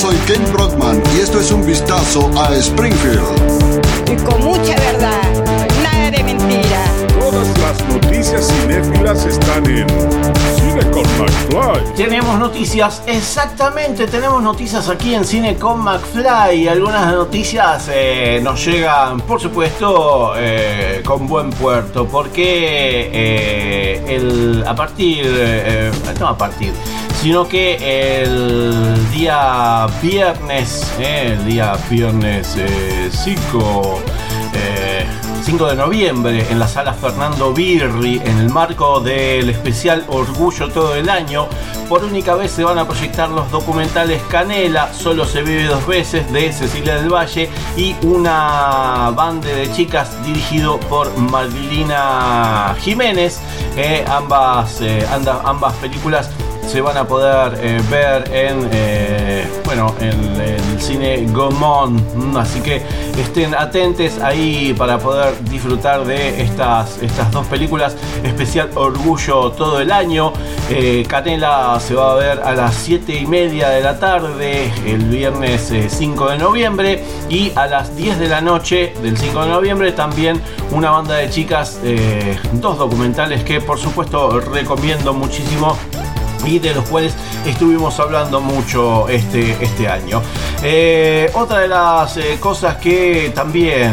[SPEAKER 17] soy Ken Brockman y esto es un vistazo a Springfield.
[SPEAKER 18] Y con mucha verdad, nada de mentira.
[SPEAKER 2] Todas las noticias cinéfilas están en Cine con McFly.
[SPEAKER 12] Tenemos noticias, exactamente, tenemos noticias aquí en Cine con McFly. Algunas noticias nos llegan, por supuesto, con buen puerto, porque sino que el día viernes 5 de noviembre, en la sala Fernando Birri, en el marco del especial Orgullo todo el año, por única vez se van a proyectar los documentales Canela, Solo se vive dos veces, de Cecilia del Valle, y Una banda de chicas, dirigido por Marilina Jiménez. Ambas películas se van a poder ver en el cine Gaumont, así que estén atentos ahí para poder disfrutar de estas dos películas, especial Orgullo todo el año. Canela se va a ver a las 7:30 de la tarde el viernes 5 de noviembre, y a las 10 de la noche del 5 de noviembre también Una banda de chicas, dos documentales que por supuesto recomiendo muchísimo y de los cuales estuvimos hablando mucho este año. Otra de las cosas que también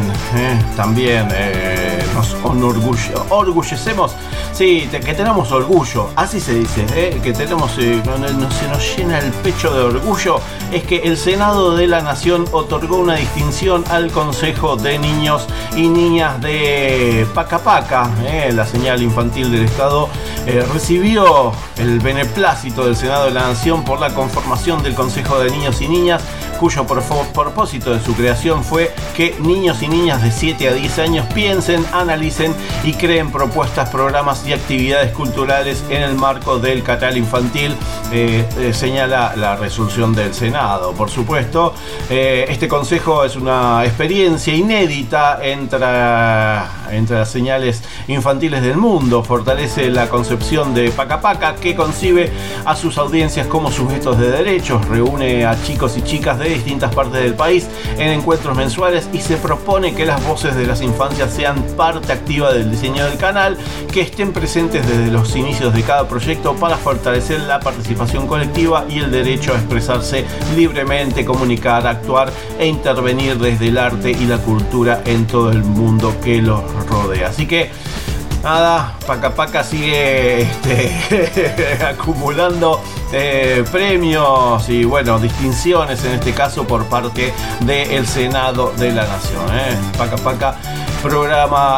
[SPEAKER 12] nos orgullecemos, sí, que tenemos orgullo, así se dice, que tenemos, se nos llena el pecho de orgullo, es que el Senado de la Nación otorgó una distinción al Consejo de Niños y Niñas de Pacapaca, la señal infantil del Estado, recibió el beneplácito del Senado de la Nación por la conformación del Consejo de Niños y Niñas, cuyo propósito de su creación fue que niños y niñas de 7 a 10 años piensen, analicen y creen propuestas, programas y actividades culturales en el marco del canal infantil, señala la resolución del Senado. Por supuesto, este consejo es una experiencia inédita entre las señales infantiles del mundo, fortalece la concepción de Pacapaca, que concibe a sus audiencias como sujetos de derechos, reúne a chicos y chicas de distintas partes del país en encuentros mensuales y se propone que las voces de las infancias sean parte activa del diseño del canal, que estén presentes desde los inicios de cada proyecto para fortalecer la participación colectiva y el derecho a expresarse libremente, comunicar, actuar e intervenir desde el arte y la cultura en todo el mundo que los rodea. Así que nada, Pacapaca sigue acumulando premios y distinciones, en este caso por parte del Senado de la Nación. Pacapaca, programa,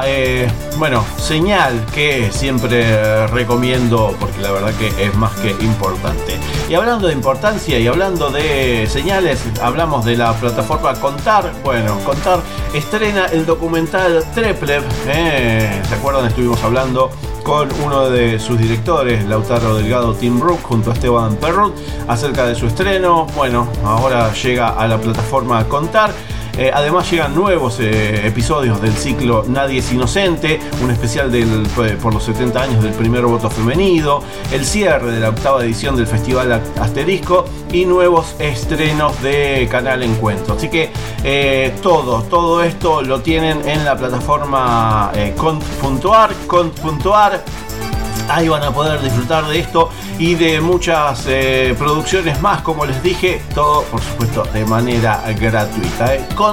[SPEAKER 12] señal que siempre recomiendo, porque la verdad que es más que importante. Y hablando de importancia y hablando de señales, hablamos de la plataforma Contar. Contar estrena el documental Treplev. ¿Se acuerdan? Estuvimos hablando con uno de sus directores, Lautaro Delgado Timbrook, junto a Esteban Perrot, acerca de su estreno. Ahora llega a la plataforma Contar. Además llegan nuevos episodios del ciclo Nadie es Inocente, un especial por los 70 años del primer voto femenino, el cierre de la 8ª edición del Festival Asterisco y nuevos estrenos de Canal Encuentro. Así que todo esto lo tienen en la plataforma cont.ar. Ahí van a poder disfrutar de esto y de muchas producciones más, como les dije, todo por supuesto de manera gratuita.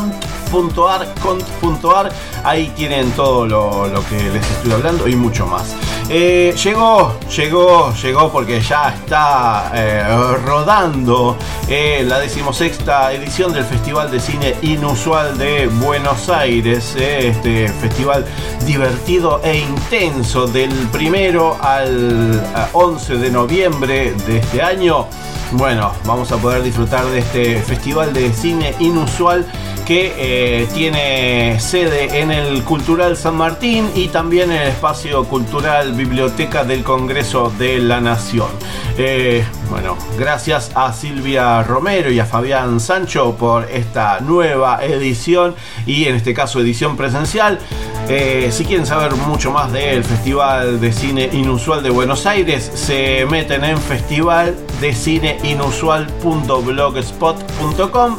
[SPEAKER 12] Cont.ar, ahí tienen todo lo que les estoy hablando y mucho más. Llegó porque ya está rodando la 16ª edición del Festival de Cine Inusual de Buenos Aires, este festival divertido e intenso del 1 al 11 de noviembre de este año. Vamos a poder disfrutar de este Festival de Cine Inusual que tiene sede en el Cultural San Martín y también en el espacio cultural Biblioteca del Congreso de la Nación. Gracias a Silvia Romero y a Fabián Sancho por esta nueva edición y en este caso edición presencial. Si quieren saber mucho más del Festival de Cine Inusual de Buenos Aires, se meten en Festival festivaldecine-inusual.blogspot.com,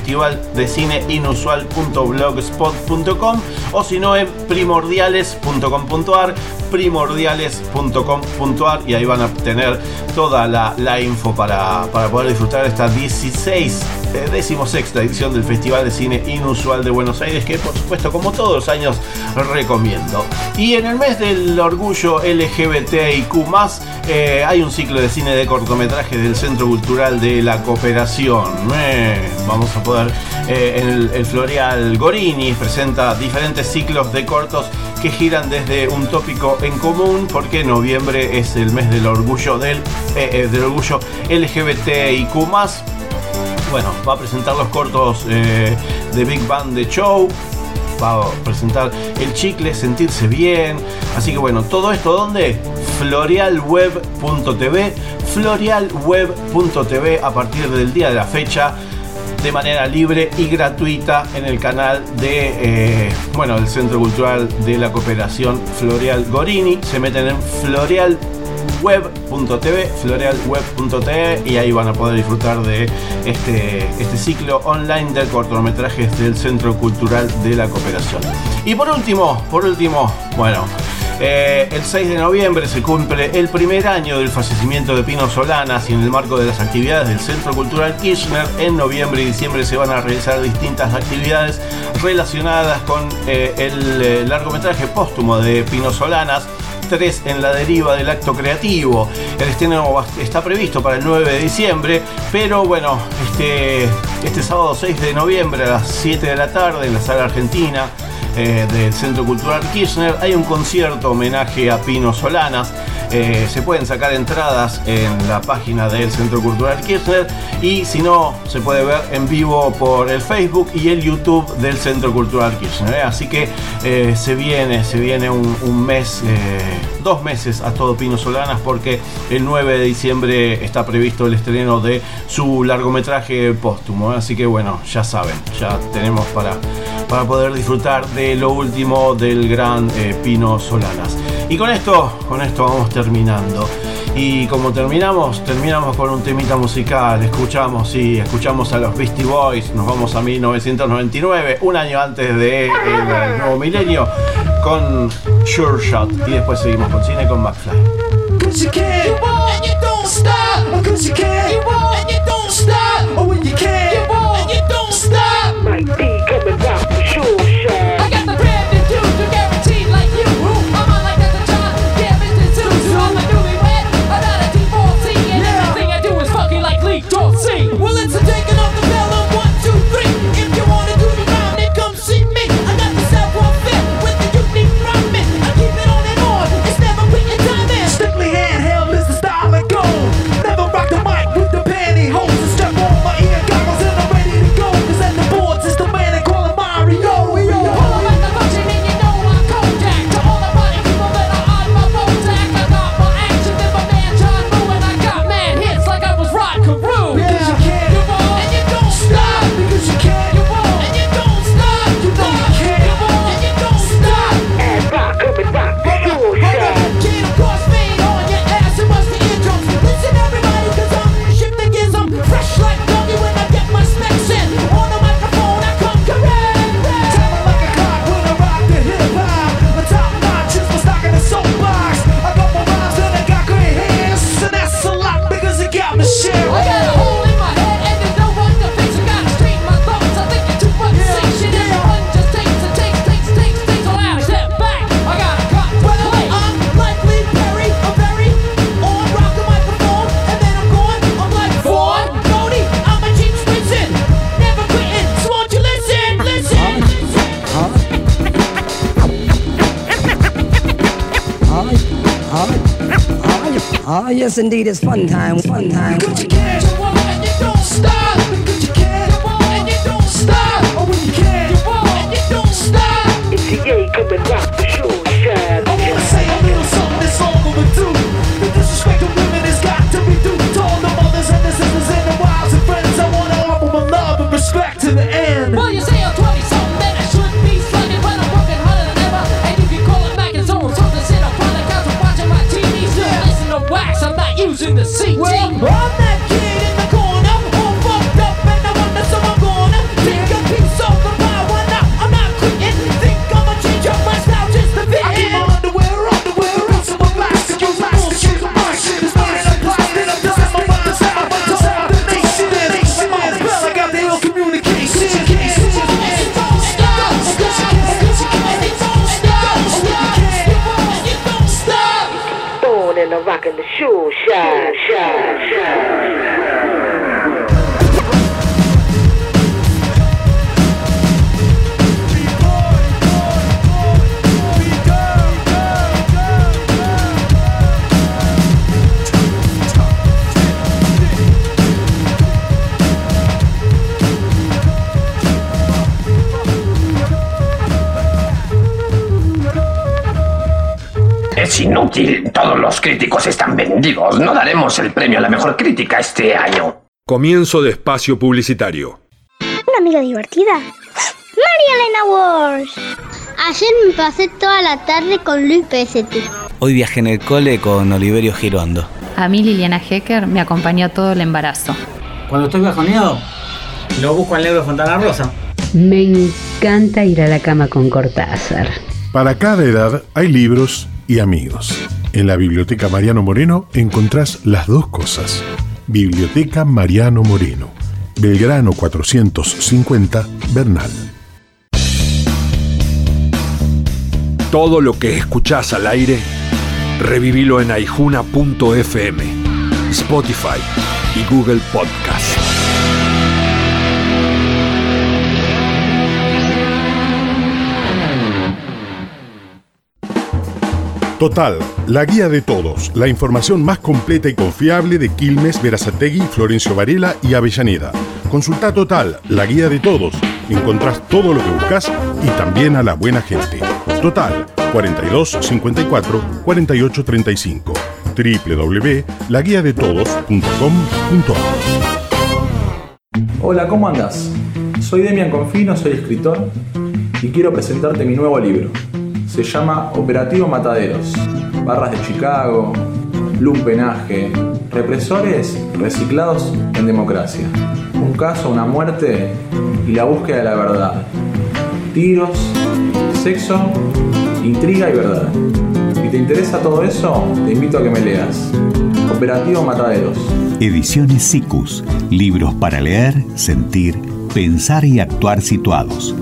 [SPEAKER 12] festivaldecine-inusual.blogspot.com, o si no en primordiales.com.ar, primordiales.com.ar, y ahí van a tener toda la info para poder disfrutar de esta 16ª edición del Festival de Cine Inusual de Buenos Aires, que por supuesto, como todos los años, recomiendo. Y en el mes del orgullo LGBTIQ+, hay un ciclo de cine de cortometrajes del Centro Cultural de la Cooperación. Vamos a poder, el Floreal Gorini presenta diferentes ciclos de cortos que giran desde un tópico en común, porque noviembre es el mes del orgullo del orgullo LGBTIQ+. Bueno, va a presentar los cortos de Big Band de Show, va a presentar El Chicle, Sentirse Bien. Así que bueno, todo esto, ¿dónde? Florialweb.tv, florialweb.tv, a partir del día de la fecha, de manera libre y gratuita, en el canal de del Centro Cultural de la Cooperación Floreal Gorini. Se meten en florialweb.tv, y ahí van a poder disfrutar de este ciclo online de cortometrajes del Centro Cultural de la Cooperación. Y por último, el 6 de noviembre se cumple el primer año del fallecimiento de Pino Solanas, y en el marco de las actividades del Centro Cultural Kirchner, en noviembre y diciembre se van a realizar distintas actividades relacionadas con el largometraje póstumo de Pino Solanas, 3 en la deriva del acto creativo. El estreno está previsto para el 9 de diciembre, pero bueno, este sábado 6 de noviembre a las 7 de la tarde en la Sala Argentina del Centro Cultural Kirchner hay un concierto homenaje a Pino Solanas. Se pueden sacar entradas en la página del Centro Cultural Kirchner, y si no, se puede ver en vivo por el Facebook y el YouTube del Centro Cultural Kirchner. Así que se viene un mes, 2 meses a todo Pino Solanas, porque el 9 de diciembre está previsto el estreno de su largometraje póstumo. Así que bueno, ya saben, ya tenemos para poder disfrutar de lo último del gran Pino Solanas. Y con esto vamos terminando. Y como terminamos con un temita musical. Escuchamos a los Beastie Boys. Nos vamos a 1999, un año antes del nuevo milenio, con Sure Shot. Y después seguimos con cine con McFly.
[SPEAKER 19] Well, it's a taking off the bell on 1, 2, 3. If you wanna do the round, then come see me. I got the savoir-faire with the unique rhyming. I keep it on and on, it's never quitting timing. Strictly handheld is the style I go. Never rock the mic with the pantyhose. And strap on my ear goggles and I'm ready to go. Cause at the boards it's the man they call him Mario. Pull up at the function and you know I'm Kodak. To all the party people that are on my Bojack, I got more action than my man John Woo, and I got mad hits like I was Rod Carew.
[SPEAKER 20] Oh, yes, indeed, it's fun time, fun time.
[SPEAKER 19] Cause you can, you won't, and you don't stop. Cause you can, you won't, and you don't stop. Oh, when you can, you won't, and you don't stop. It's the A coming rock the show shine. I wanna say a little something that's all overdue. The disrespect of women has got to be due to all the mothers and the sisters and the wives and friends. I wanna offer my love and respect to the end. Well, you say I'm 20-something, then I should be slugging, but I'm working harder than ever. And you can call it back and so something sit up on the couch and watching my TV. Still listen to wax, I'm not using the CT. Well, I'm that
[SPEAKER 5] inútil. Todos los críticos están vendidos. No daremos el premio a la mejor crítica este año.
[SPEAKER 16] Comienzo de espacio publicitario.
[SPEAKER 6] ¿Una amiga divertida? ¡María Elena Walsh! Ayer me pasé toda la tarde con Luis Pesetti.
[SPEAKER 1] Hoy viajé en el cole con Oliverio Girondo.
[SPEAKER 21] A mí Liliana Hecker me acompañó todo el embarazo.
[SPEAKER 22] Cuando estoy bajoneado, lo busco al negro Fontana Rosa.
[SPEAKER 23] Me encanta ir a la cama con Cortázar.
[SPEAKER 25] Para cada edad hay libros y amigos. En la Biblioteca Mariano Moreno encontrás las dos cosas. Biblioteca Mariano Moreno, Belgrano 450, Bernal.
[SPEAKER 16] Todo lo que escuchás al aire, revivilo en aijuna.fm, Spotify y Google Podcast.
[SPEAKER 25] Total, la guía de todos, la información más completa y confiable de Quilmes, Berazategui, Florencio Varela y Avellaneda. Consulta Total, la guía de todos. Encontrás todo lo que buscas y también a la buena gente. Total, 42 54 48 35. www.laguiadetodos.com.ar.
[SPEAKER 26] Hola, ¿cómo andás? Soy Demian Confino, soy escritor y quiero presentarte mi nuevo libro. Se llama Operativo Mataderos. Barras de Chicago, lumpenaje, represores reciclados en democracia. Un caso, una muerte y la búsqueda de la verdad. Tiros, sexo, intriga y verdad. Si te interesa todo eso, te invito a que me leas. Operativo Mataderos.
[SPEAKER 27] Ediciones Sikus. Libros para leer, sentir, pensar y actuar situados.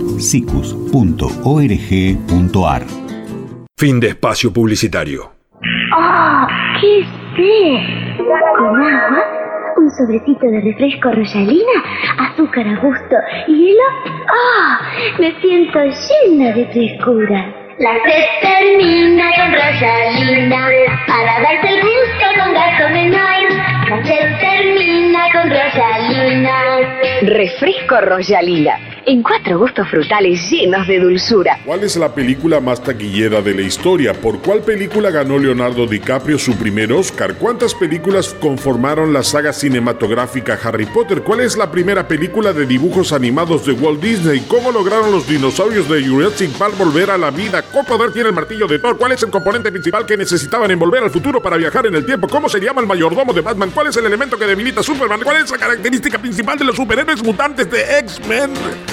[SPEAKER 27] sikus.org.ar.
[SPEAKER 16] Fin de espacio publicitario.
[SPEAKER 6] ¡Oh, qué sé! Con agua, un sobrecito de refresco Royalina, azúcar a gusto y hielo. ¡Oh! Me siento llena de frescura. La sed termina con Royalina, para darte el gusto con gasto menor. La sed termina con Royalina.
[SPEAKER 28] Refresco Royalina, en 4 gustos frutales llenos de dulzura.
[SPEAKER 2] ¿Cuál es la película más taquillera de la historia? ¿Por cuál película ganó Leonardo DiCaprio su primer Oscar? ¿Cuántas películas conformaron la saga cinematográfica Harry Potter? ¿Cuál es la primera película de dibujos animados de Walt Disney? ¿Cómo lograron los dinosaurios de Jurassic Park volver a la vida? ¿Qué poder tiene el martillo de Thor? ¿Cuál es el componente principal que necesitaban en Volver al Futuro para viajar en el tiempo? ¿Cómo se llama el mayordomo de Batman? ¿Cuál es el elemento que debilita a Superman? ¿Cuál es la característica principal de los superhéroes mutantes de X-Men?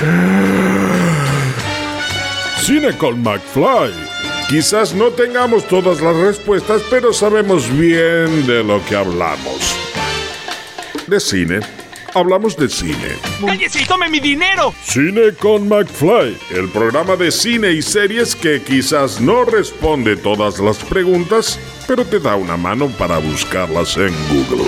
[SPEAKER 2] Cine con McFly. Quizás no tengamos todas las respuestas, pero sabemos bien de lo que hablamos. De cine. Hablamos de cine.
[SPEAKER 11] ¡Cállese y tome mi dinero!
[SPEAKER 2] Cine con McFly, el programa de cine y series que quizás no responde todas las preguntas, pero te da una mano para buscarlas en Google.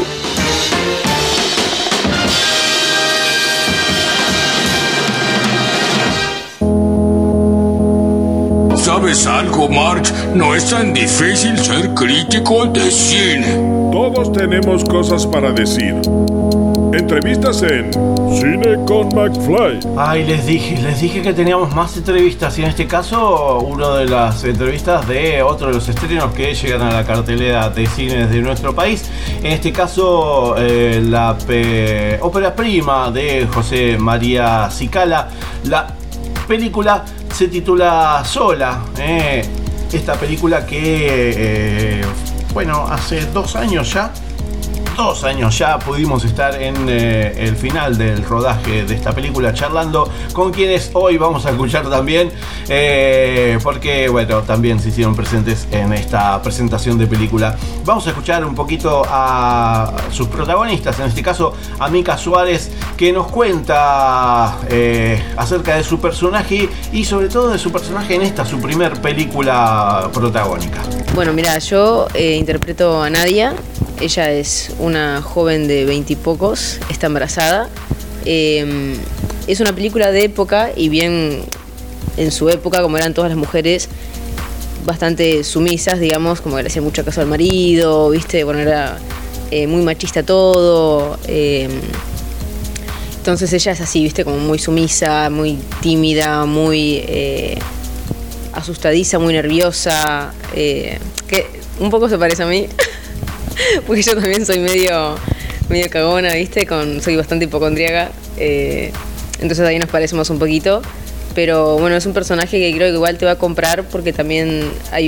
[SPEAKER 29] ¿Sabes algo, Marge? No es tan difícil ser crítico de cine.
[SPEAKER 2] Todos tenemos cosas para decir. Entrevistas en Cine con McFly.
[SPEAKER 12] Ay, les dije que teníamos más entrevistas y en este caso una de las entrevistas de otro de los estrenos que llegan a la cartelera de cines de nuestro país. En este caso la ópera prima de José María Cicala. La película se titula Sola. Esta película que hace 2 años ya pudimos estar en el final del rodaje de esta película charlando con quienes hoy vamos a escuchar también porque también se hicieron presentes en esta presentación de película. Vamos a escuchar un poquito a sus protagonistas, en este caso a Mica Suárez, que nos cuenta acerca de su personaje y sobre todo de su personaje en esta, su primer película protagónica.
[SPEAKER 30] Bueno, mira, yo interpreto a Nadia. Ella es una joven de 20 y pocos, está embarazada. Es una película de época y bien en su época, como eran todas las mujeres, bastante sumisas, digamos, como que le hacía mucho caso al marido, ¿viste? Bueno, era muy machista todo. Entonces ella es así, ¿viste? Como muy sumisa, muy tímida, muy asustadiza, muy nerviosa. Que un poco se parece a mí, porque yo también soy medio cagona, ¿viste? Soy bastante hipocondríaca, entonces ahí nos parecemos un poquito. Pero bueno, es un personaje que creo que igual te va a comprar porque también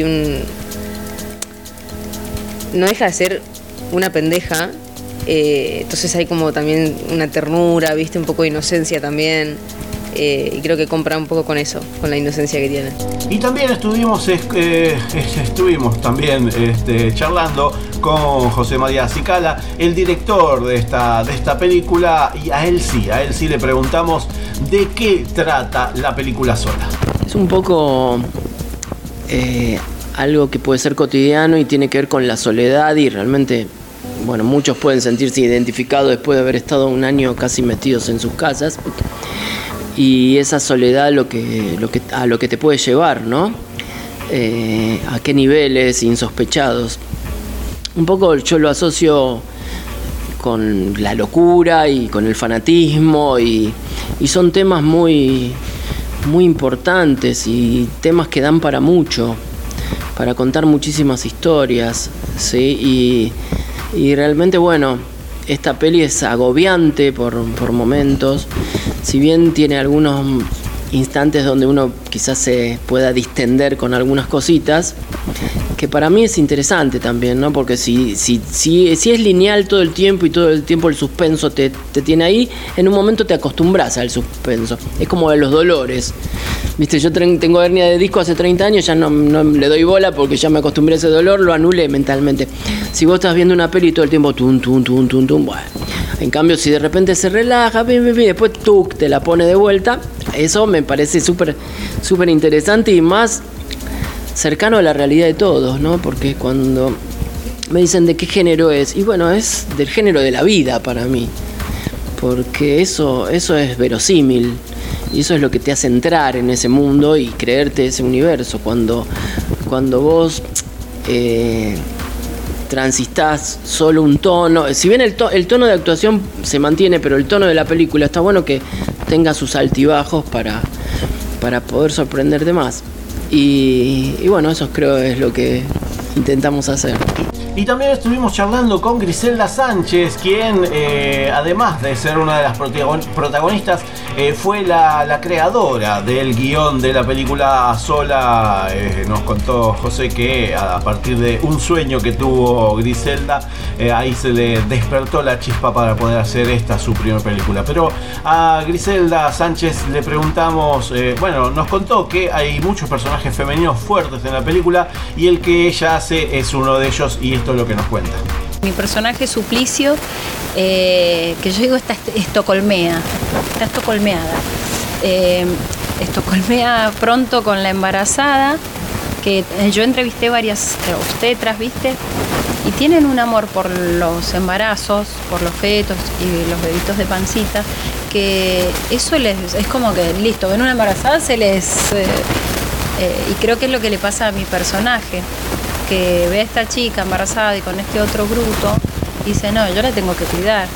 [SPEAKER 30] no deja de ser una pendeja, entonces hay como también una ternura, ¿viste? Un poco de inocencia también. Y creo que compra un poco con eso, con la inocencia que tiene.
[SPEAKER 12] Y también estuvimos también charlando con José María Cicala, el director de esta película, y a él sí le preguntamos de qué trata la película Sola.
[SPEAKER 3] Es un poco algo que puede ser cotidiano y tiene que ver con la soledad, y realmente, bueno, muchos pueden sentirse identificados después de haber estado un año casi metidos en sus casas. Y esa soledad a lo que te puede llevar, ¿no? A qué niveles insospechados. Un poco yo lo asocio con la locura y con el fanatismo, y son temas muy, muy importantes y temas que dan para mucho, para contar muchísimas historias, ¿sí? Y realmente, bueno, esta peli es agobiante por momentos. Si bien tiene algunos instantes donde uno quizás se pueda distender con algunas cositas, que para mí es interesante también, ¿no? Porque si es lineal todo el tiempo y todo el tiempo el suspenso te tiene ahí, en un momento te acostumbras al suspenso. Es como de los dolores. Viste, yo tengo hernia de disco hace 30 años, ya no le doy bola porque ya me acostumbré a ese dolor, lo anulé mentalmente. Si vos estás viendo una peli todo el tiempo, tum, bueno. En cambio, si de repente se relaja, después te la pone de vuelta, eso me parece súper interesante y más cercano a la realidad de todos, ¿no? Porque cuando me dicen de qué género es, y bueno, es del género de la vida para mí, porque eso es verosímil, y eso es lo que te hace entrar en ese mundo y creerte ese universo. Cuando vos transistás solo un tono, si bien el tono de actuación se mantiene, pero el tono de la película está bueno que tenga sus altibajos para poder sorprenderte más. Y bueno, eso creo es lo que intentamos hacer.
[SPEAKER 12] Y también estuvimos charlando con Griselda Sánchez, quien además de ser una de las protagonistas, fue la creadora del guión de la película Sola. Nos contó José que a partir de un sueño que tuvo Griselda, ahí se le despertó la chispa para poder hacer esta su primera película. Pero a Griselda Sánchez le preguntamos, nos contó que hay muchos personajes femeninos fuertes en la película y el que ella hace es uno de ellos, y esto es lo que nos cuenta.
[SPEAKER 4] Mi personaje Suplicio, que yo digo está estocolmeada. Estocolmea pronto con la embarazada, que yo entrevisté varias obstetras, ¿viste? Y tienen un amor por los embarazos, por los fetos y los bebitos de pancita, que eso es como que, listo, ven una embarazada, y creo que es lo que le pasa a mi personaje, que ve a esta chica embarazada y con este otro bruto, y dice, no, yo la tengo que cuidar,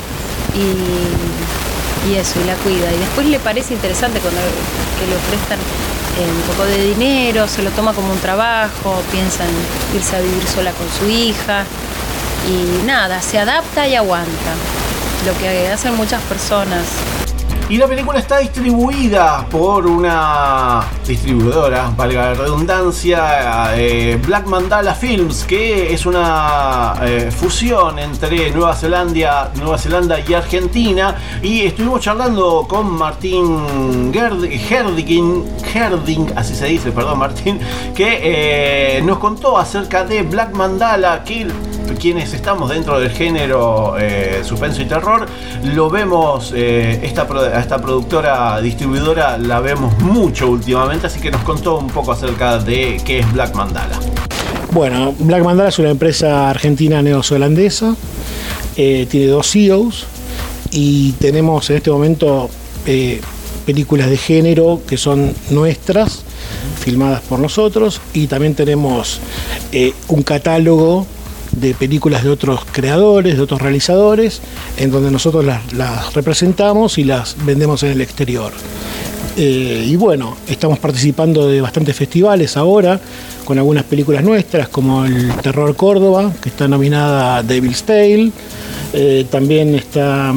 [SPEAKER 4] y la cuida, y después le parece interesante cuando que le ofrezcan un poco de dinero, se lo toma como un trabajo, piensa en irse a vivir sola con su hija, y nada, se adapta y aguanta, lo que hacen muchas personas.
[SPEAKER 12] Y la película está distribuida por una distribuidora, valga la redundancia, Black Mandala Films, que es una fusión entre Nueva Zelanda y Argentina. Y estuvimos charlando con Martín Herding, así se dice, perdón Martín, que nos contó acerca de Black Mandala, que quienes estamos dentro del género suspenso y terror, lo vemos, esta productora distribuidora la vemos mucho últimamente, así que nos contó un poco acerca de qué es Black Mandala.
[SPEAKER 7] Bueno, Black Mandala es una empresa argentina neozelandesa, tiene 2 CEOs y tenemos en este momento películas de género que son nuestras, filmadas por nosotros, y también tenemos un catálogo de películas de otros creadores, de otros realizadores, en donde nosotros las representamos y las vendemos en el exterior. Y bueno, estamos participando de bastantes festivales ahora, con algunas películas nuestras, como el Terror Córdoba, que está nominada a Devil's Tale. También está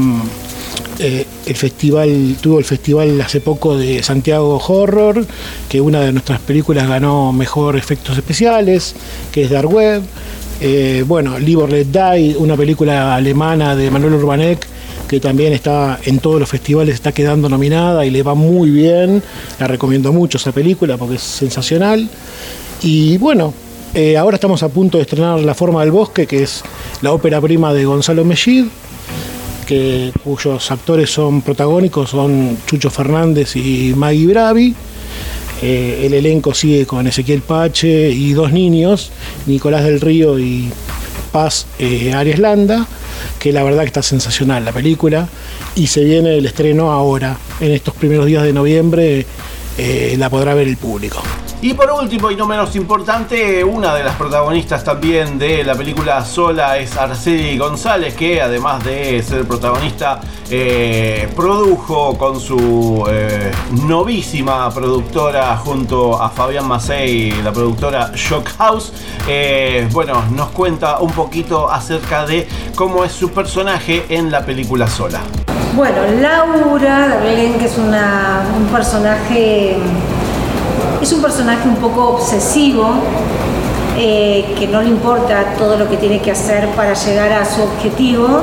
[SPEAKER 7] tuvo el festival hace poco de Santiago Horror, que una de nuestras películas ganó mejor efectos especiales, que es Dark Web. Live or Let Die, una película alemana de Manuel Urbanek, que también está en todos los festivales, está quedando nominada y le va muy bien. La recomiendo mucho esa película porque es sensacional. Y bueno, ahora estamos a punto de estrenar La Forma del Bosque, que es la ópera prima de Gonzalo Mellid, cuyos actores son protagónicos, son Chucho Fernández y Maggie Bravi. El elenco sigue con Ezequiel Pache y dos niños, Nicolás del Río y Paz Arias Landa, que la verdad que está sensacional la película, y se viene el estreno ahora, en estos primeros días de noviembre, la podrá ver el público.
[SPEAKER 12] Y por último, y no menos importante, una de las protagonistas también de la película Sola es Araceli González, que además de ser protagonista, produjo con su novísima productora junto a Fabián Macei, la productora Shock House. Nos cuenta un poquito acerca de cómo es su personaje en la película Sola.
[SPEAKER 8] Bueno, Laura Darlén, que es un personaje... Es un personaje un poco obsesivo, que no le importa todo lo que tiene que hacer para llegar a su objetivo.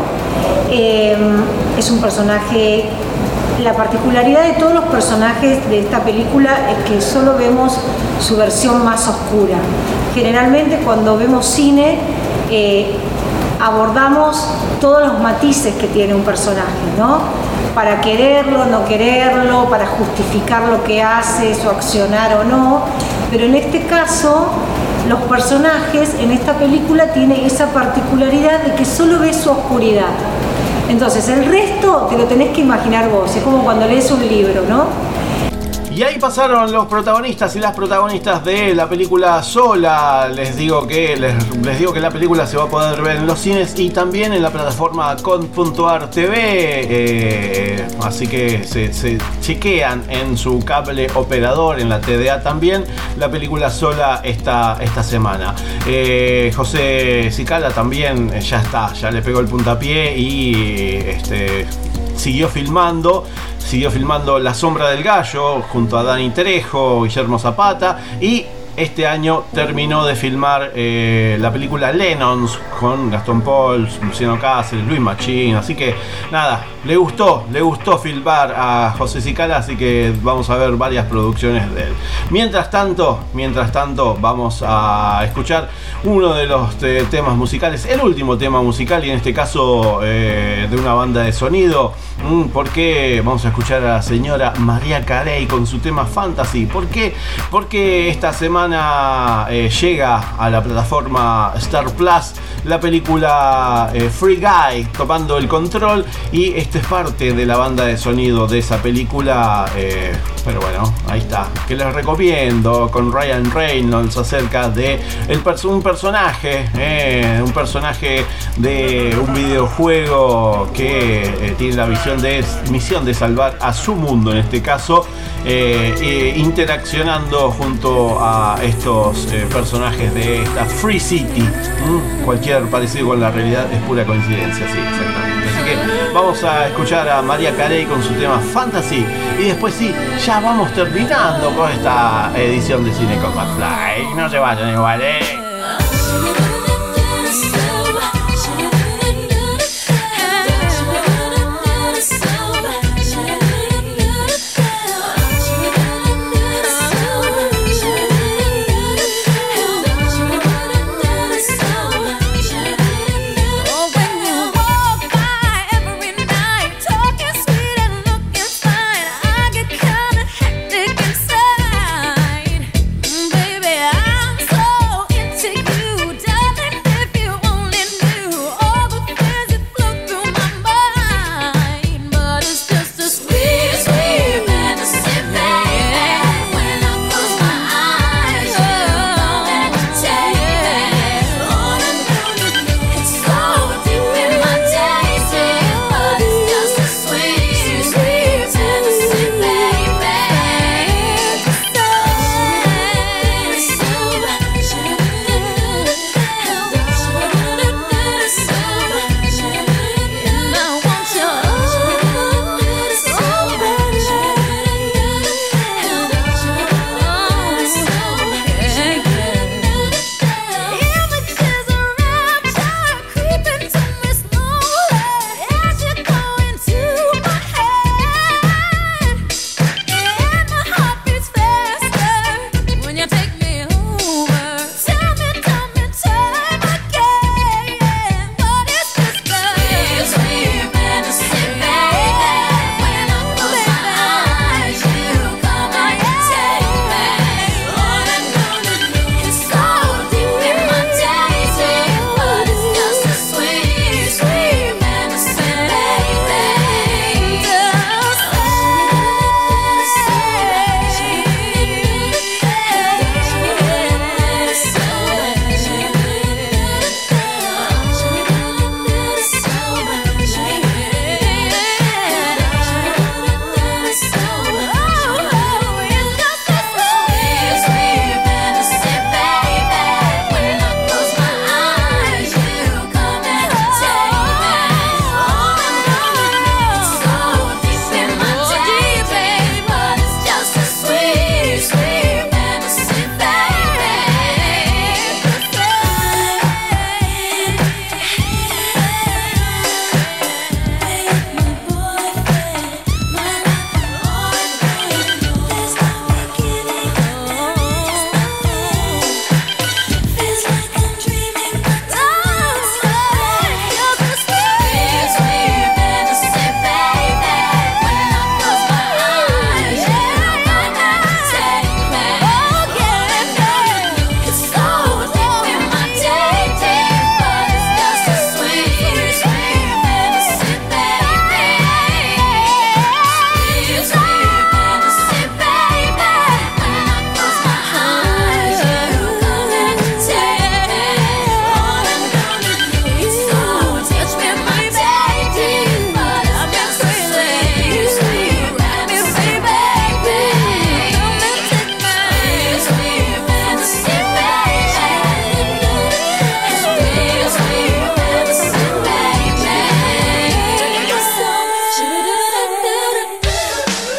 [SPEAKER 8] Es un personaje... La particularidad de todos los personajes de esta película es que solo vemos su versión más oscura. Generalmente cuando vemos cine abordamos todos los matices que tiene un personaje, ¿no? Para quererlo, no quererlo, para justificar lo que hace, su accionar o no. Pero en este caso, los personajes en esta película tienen esa particularidad de que solo ves su oscuridad. Entonces el resto te lo tenés que imaginar vos, es como cuando lees un libro, ¿no?
[SPEAKER 12] Y ahí pasaron los protagonistas y las protagonistas de la película Sola. Les digo que la película se va a poder ver en los cines y también en la plataforma con.ar TV. Así que se chequean en su cable operador, en la TDA también, la película Sola esta semana. José Cicala también ya le pegó el puntapié y siguió filmando La Sombra del Gallo junto a Dani Trejo, Guillermo Zapata, y este año terminó de filmar la película Lennons con Gastón Pauls, Luciano Cáceres, Luis Machín. Así que nada, le gustó filmar a José Cicala, así que vamos a ver varias producciones de él. Mientras tanto vamos a escuchar uno de los temas musicales, el último tema musical, y en este caso de una banda de sonido, porque vamos a escuchar a la señora Mariah Carey con su tema Fantasy. ¿Por qué? Porque esta semana llega a la plataforma Star Plus la película Free Guy, tomando el control, y es parte de la banda de sonido de esa película. Pero bueno, ahí está, que les recomiendo, con Ryan Reynolds, acerca de un personaje de un videojuego que tiene la misión de salvar a su mundo, en este caso, interaccionando junto a estos personajes de esta Free City. Cualquier parecido con la realidad es pura coincidencia, sí, exactamente. Así que vamos a escuchar a Mariah Carey con su tema Fantasy, y después ya vamos terminando con esta edición de Cine con McFly. No se vayan igual,
[SPEAKER 19] Inside, baby, I'm so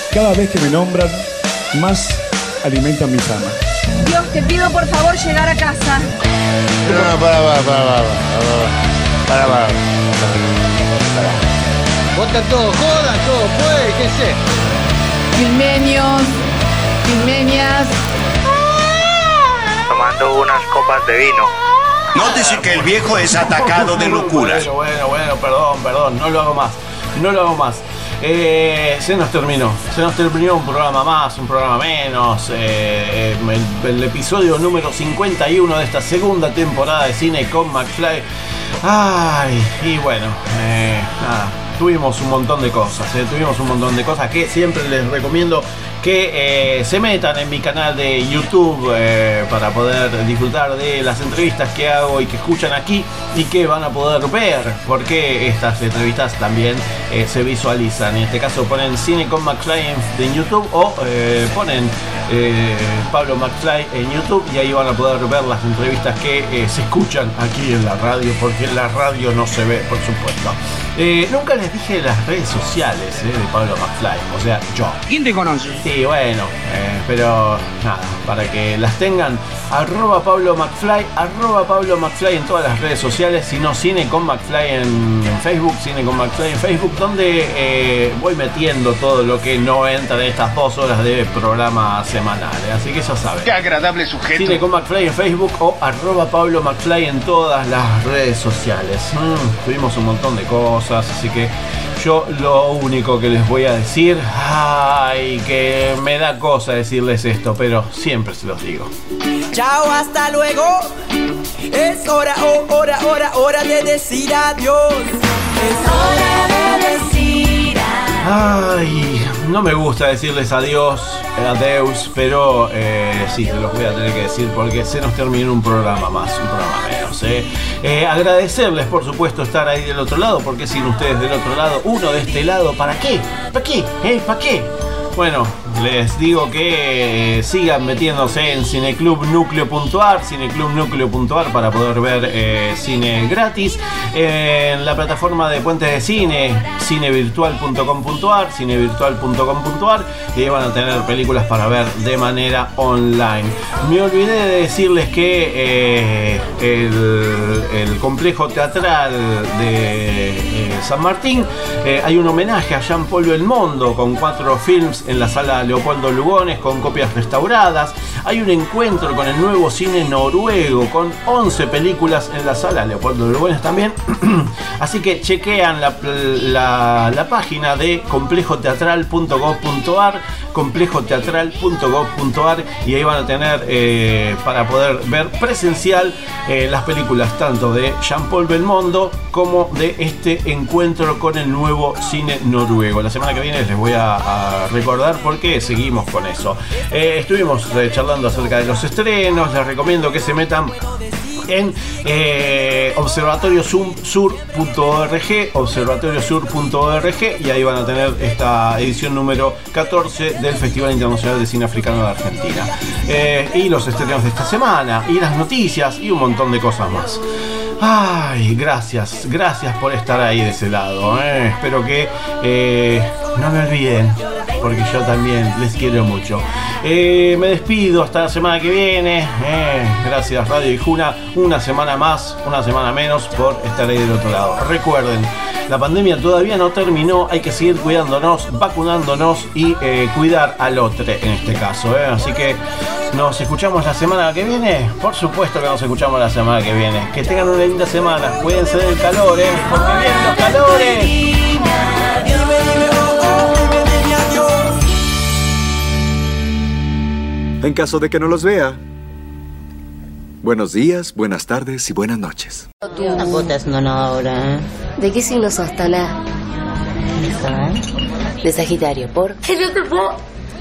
[SPEAKER 5] Cada vez que me nombran, más alimentan mi fama.
[SPEAKER 9] Dios, te pido por favor llegar a casa.
[SPEAKER 12] No, para.
[SPEAKER 10] Bota todo, joda todo, pues, qué sé.
[SPEAKER 9] Filmenios, filmenias.
[SPEAKER 13] Tomando unas copas de vino.
[SPEAKER 14] Nótese que el viejo es atacado de locuras.
[SPEAKER 12] Bueno, perdón, no lo hago más. Se nos terminó un programa más, un programa menos, el episodio número 51 de esta segunda temporada de Cine con McFly. Ay, y bueno, nada, tuvimos un montón de cosas que siempre les recomiendo que se metan en mi canal de YouTube para poder disfrutar de las entrevistas que hago y que escuchan aquí y que van a poder ver, porque estas entrevistas también se visualizan. En este caso ponen Cine con McFly en YouTube o ponen Pablo McFly en YouTube y ahí van a poder ver las entrevistas que se escuchan aquí en la radio, porque en la radio no se ve, por supuesto. Nunca les dije las redes sociales de Pablo McFly, o sea, yo.
[SPEAKER 10] ¿Quién te conoce?
[SPEAKER 12] Sí, bueno, pero nada, para que las tengan, @Pablo McFly en todas las redes sociales, si no, Cine con McFly en Facebook, donde voy metiendo todo lo que no entra en estas 2 horas de programa semanales, así que ya saben.
[SPEAKER 10] Qué agradable sujeto.
[SPEAKER 12] Cine con McFly en Facebook o @Pablo McFly en todas las redes sociales. Tuvimos un montón de cosas, así que yo lo único que les voy a decir, que me da cosa decirles esto, pero siempre se los digo.
[SPEAKER 15] Chao, hasta luego. Es hora de decir adiós. Es hora de decir adiós.
[SPEAKER 12] No me gusta decirles adeus, pero sí, se los voy a tener que decir porque se nos terminó un programa más, un programa menos. Agradecerles, por supuesto, estar ahí del otro lado, porque sin ustedes del otro lado, uno de este lado, ¿para qué? ¿Para qué? Bueno, les digo que sigan metiéndose en cineclubnucleo.ar para poder ver cine gratis en la plataforma de Puentes de Cine, cinevirtual.com.ar, y ahí van a tener películas para ver de manera online. Me olvidé de decirles que el complejo teatral de San Martín hay un homenaje a Jean-Paul Belmondo con 4 films en la sala Leopoldo Lugones con copias restauradas. Hay un encuentro con el nuevo cine noruego con 11 películas en la sala Leopoldo Lugones también. Así que chequean la página de complejoteatral.gov.ar y ahí van a tener para poder ver presencial las películas tanto de Jean-Paul Belmondo como de este encuentro con el nuevo cine noruego. La semana que viene les voy a recordar porque seguimos con eso. Estuvimos charlando acerca de los estrenos. Les recomiendo que se metan en observatoriosur.org y ahí van a tener esta edición número 14 del Festival Internacional de Cine Africano de Argentina, y los estrenos de esta semana y las noticias y un montón de cosas más. Gracias por estar ahí de ese lado. Espero que no me olviden, porque yo también les quiero mucho. Me despido hasta la semana que viene. Gracias Radio Ijuna, una semana más, una semana menos por estar ahí del otro lado. Recuerden, la pandemia todavía no terminó, hay que seguir cuidándonos, vacunándonos y cuidar al otro en este caso. Así que nos escuchamos la semana que viene. Por supuesto que nos escuchamos la semana que viene. Que tengan una linda semana. Cuídense del calor, porque vienen los calores.
[SPEAKER 17] En caso de que no los vea, buenos días, buenas tardes y buenas noches.
[SPEAKER 18] Tú no votas no ahora. ¿De qué signo sos, Tala? De Sagitario, ¿por? ¿Qué no te puedo?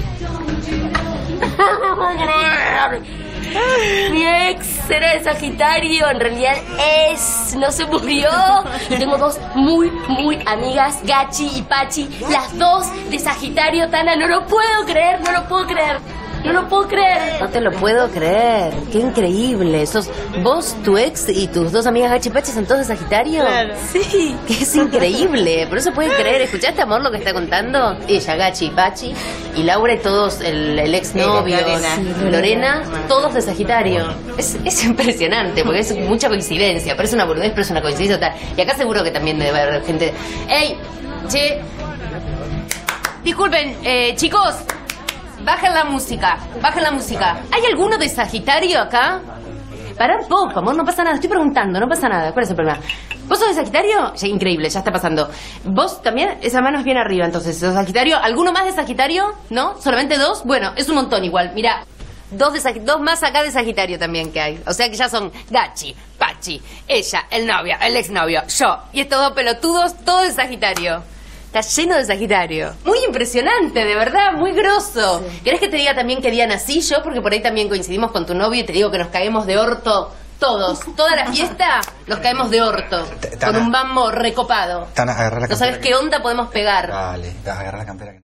[SPEAKER 18] Mi ex era de Sagitario, en realidad no se murió. Tengo 2 muy amigas, Gachi y Pachi, las 2 de Sagitario, Tana, no lo puedo creer. No lo puedo creer.
[SPEAKER 1] No te lo puedo creer. Qué increíble. Sos vos, tu ex y tus dos amigas Gachi Pachi son todos de Sagitario.
[SPEAKER 18] Claro.
[SPEAKER 1] Sí. Que es increíble. Por eso pueden creer. ¿Escuchaste, amor, lo que está contando? Ella, Gachi y Pachi. Y Laura y todos, el exnovio. Lorena, todos de Sagitario. Es impresionante porque es mucha coincidencia. Parece una boludez, pero es una coincidencia total. Y acá seguro que también debe haber gente. ¡Ey! Che. Disculpen, chicos. Bajen la música. ¿Hay alguno de Sagitario acá? Pará un poco, amor, no pasa nada. Estoy preguntando, no pasa nada. ¿Cuál es el problema? ¿Vos sos de Sagitario? Ya, increíble, ya está pasando. ¿Vos también? Esa mano es bien arriba, entonces. ¿Sos Sagitario? ¿Alguno más de Sagitario? ¿No? ¿Solamente dos? Bueno, es un montón igual. Mira, dos más acá de Sagitario también que hay. O sea que ya son Gachi, Pachi, ella, el novio, el exnovio, yo. Y estos dos pelotudos, todos de Sagitario. Está lleno de Sagitario. Muy impresionante, de verdad, muy grosso. Sí. ¿Querés que te diga también qué día nací yo? Porque por ahí también coincidimos con tu novio y te digo que nos caemos de orto todos. Toda la fiesta nos caemos de orto. Con un bambo recopado.
[SPEAKER 16] Agarra la
[SPEAKER 1] ¿No sabes qué onda podemos pegar?
[SPEAKER 16] Vale, agarra la campera.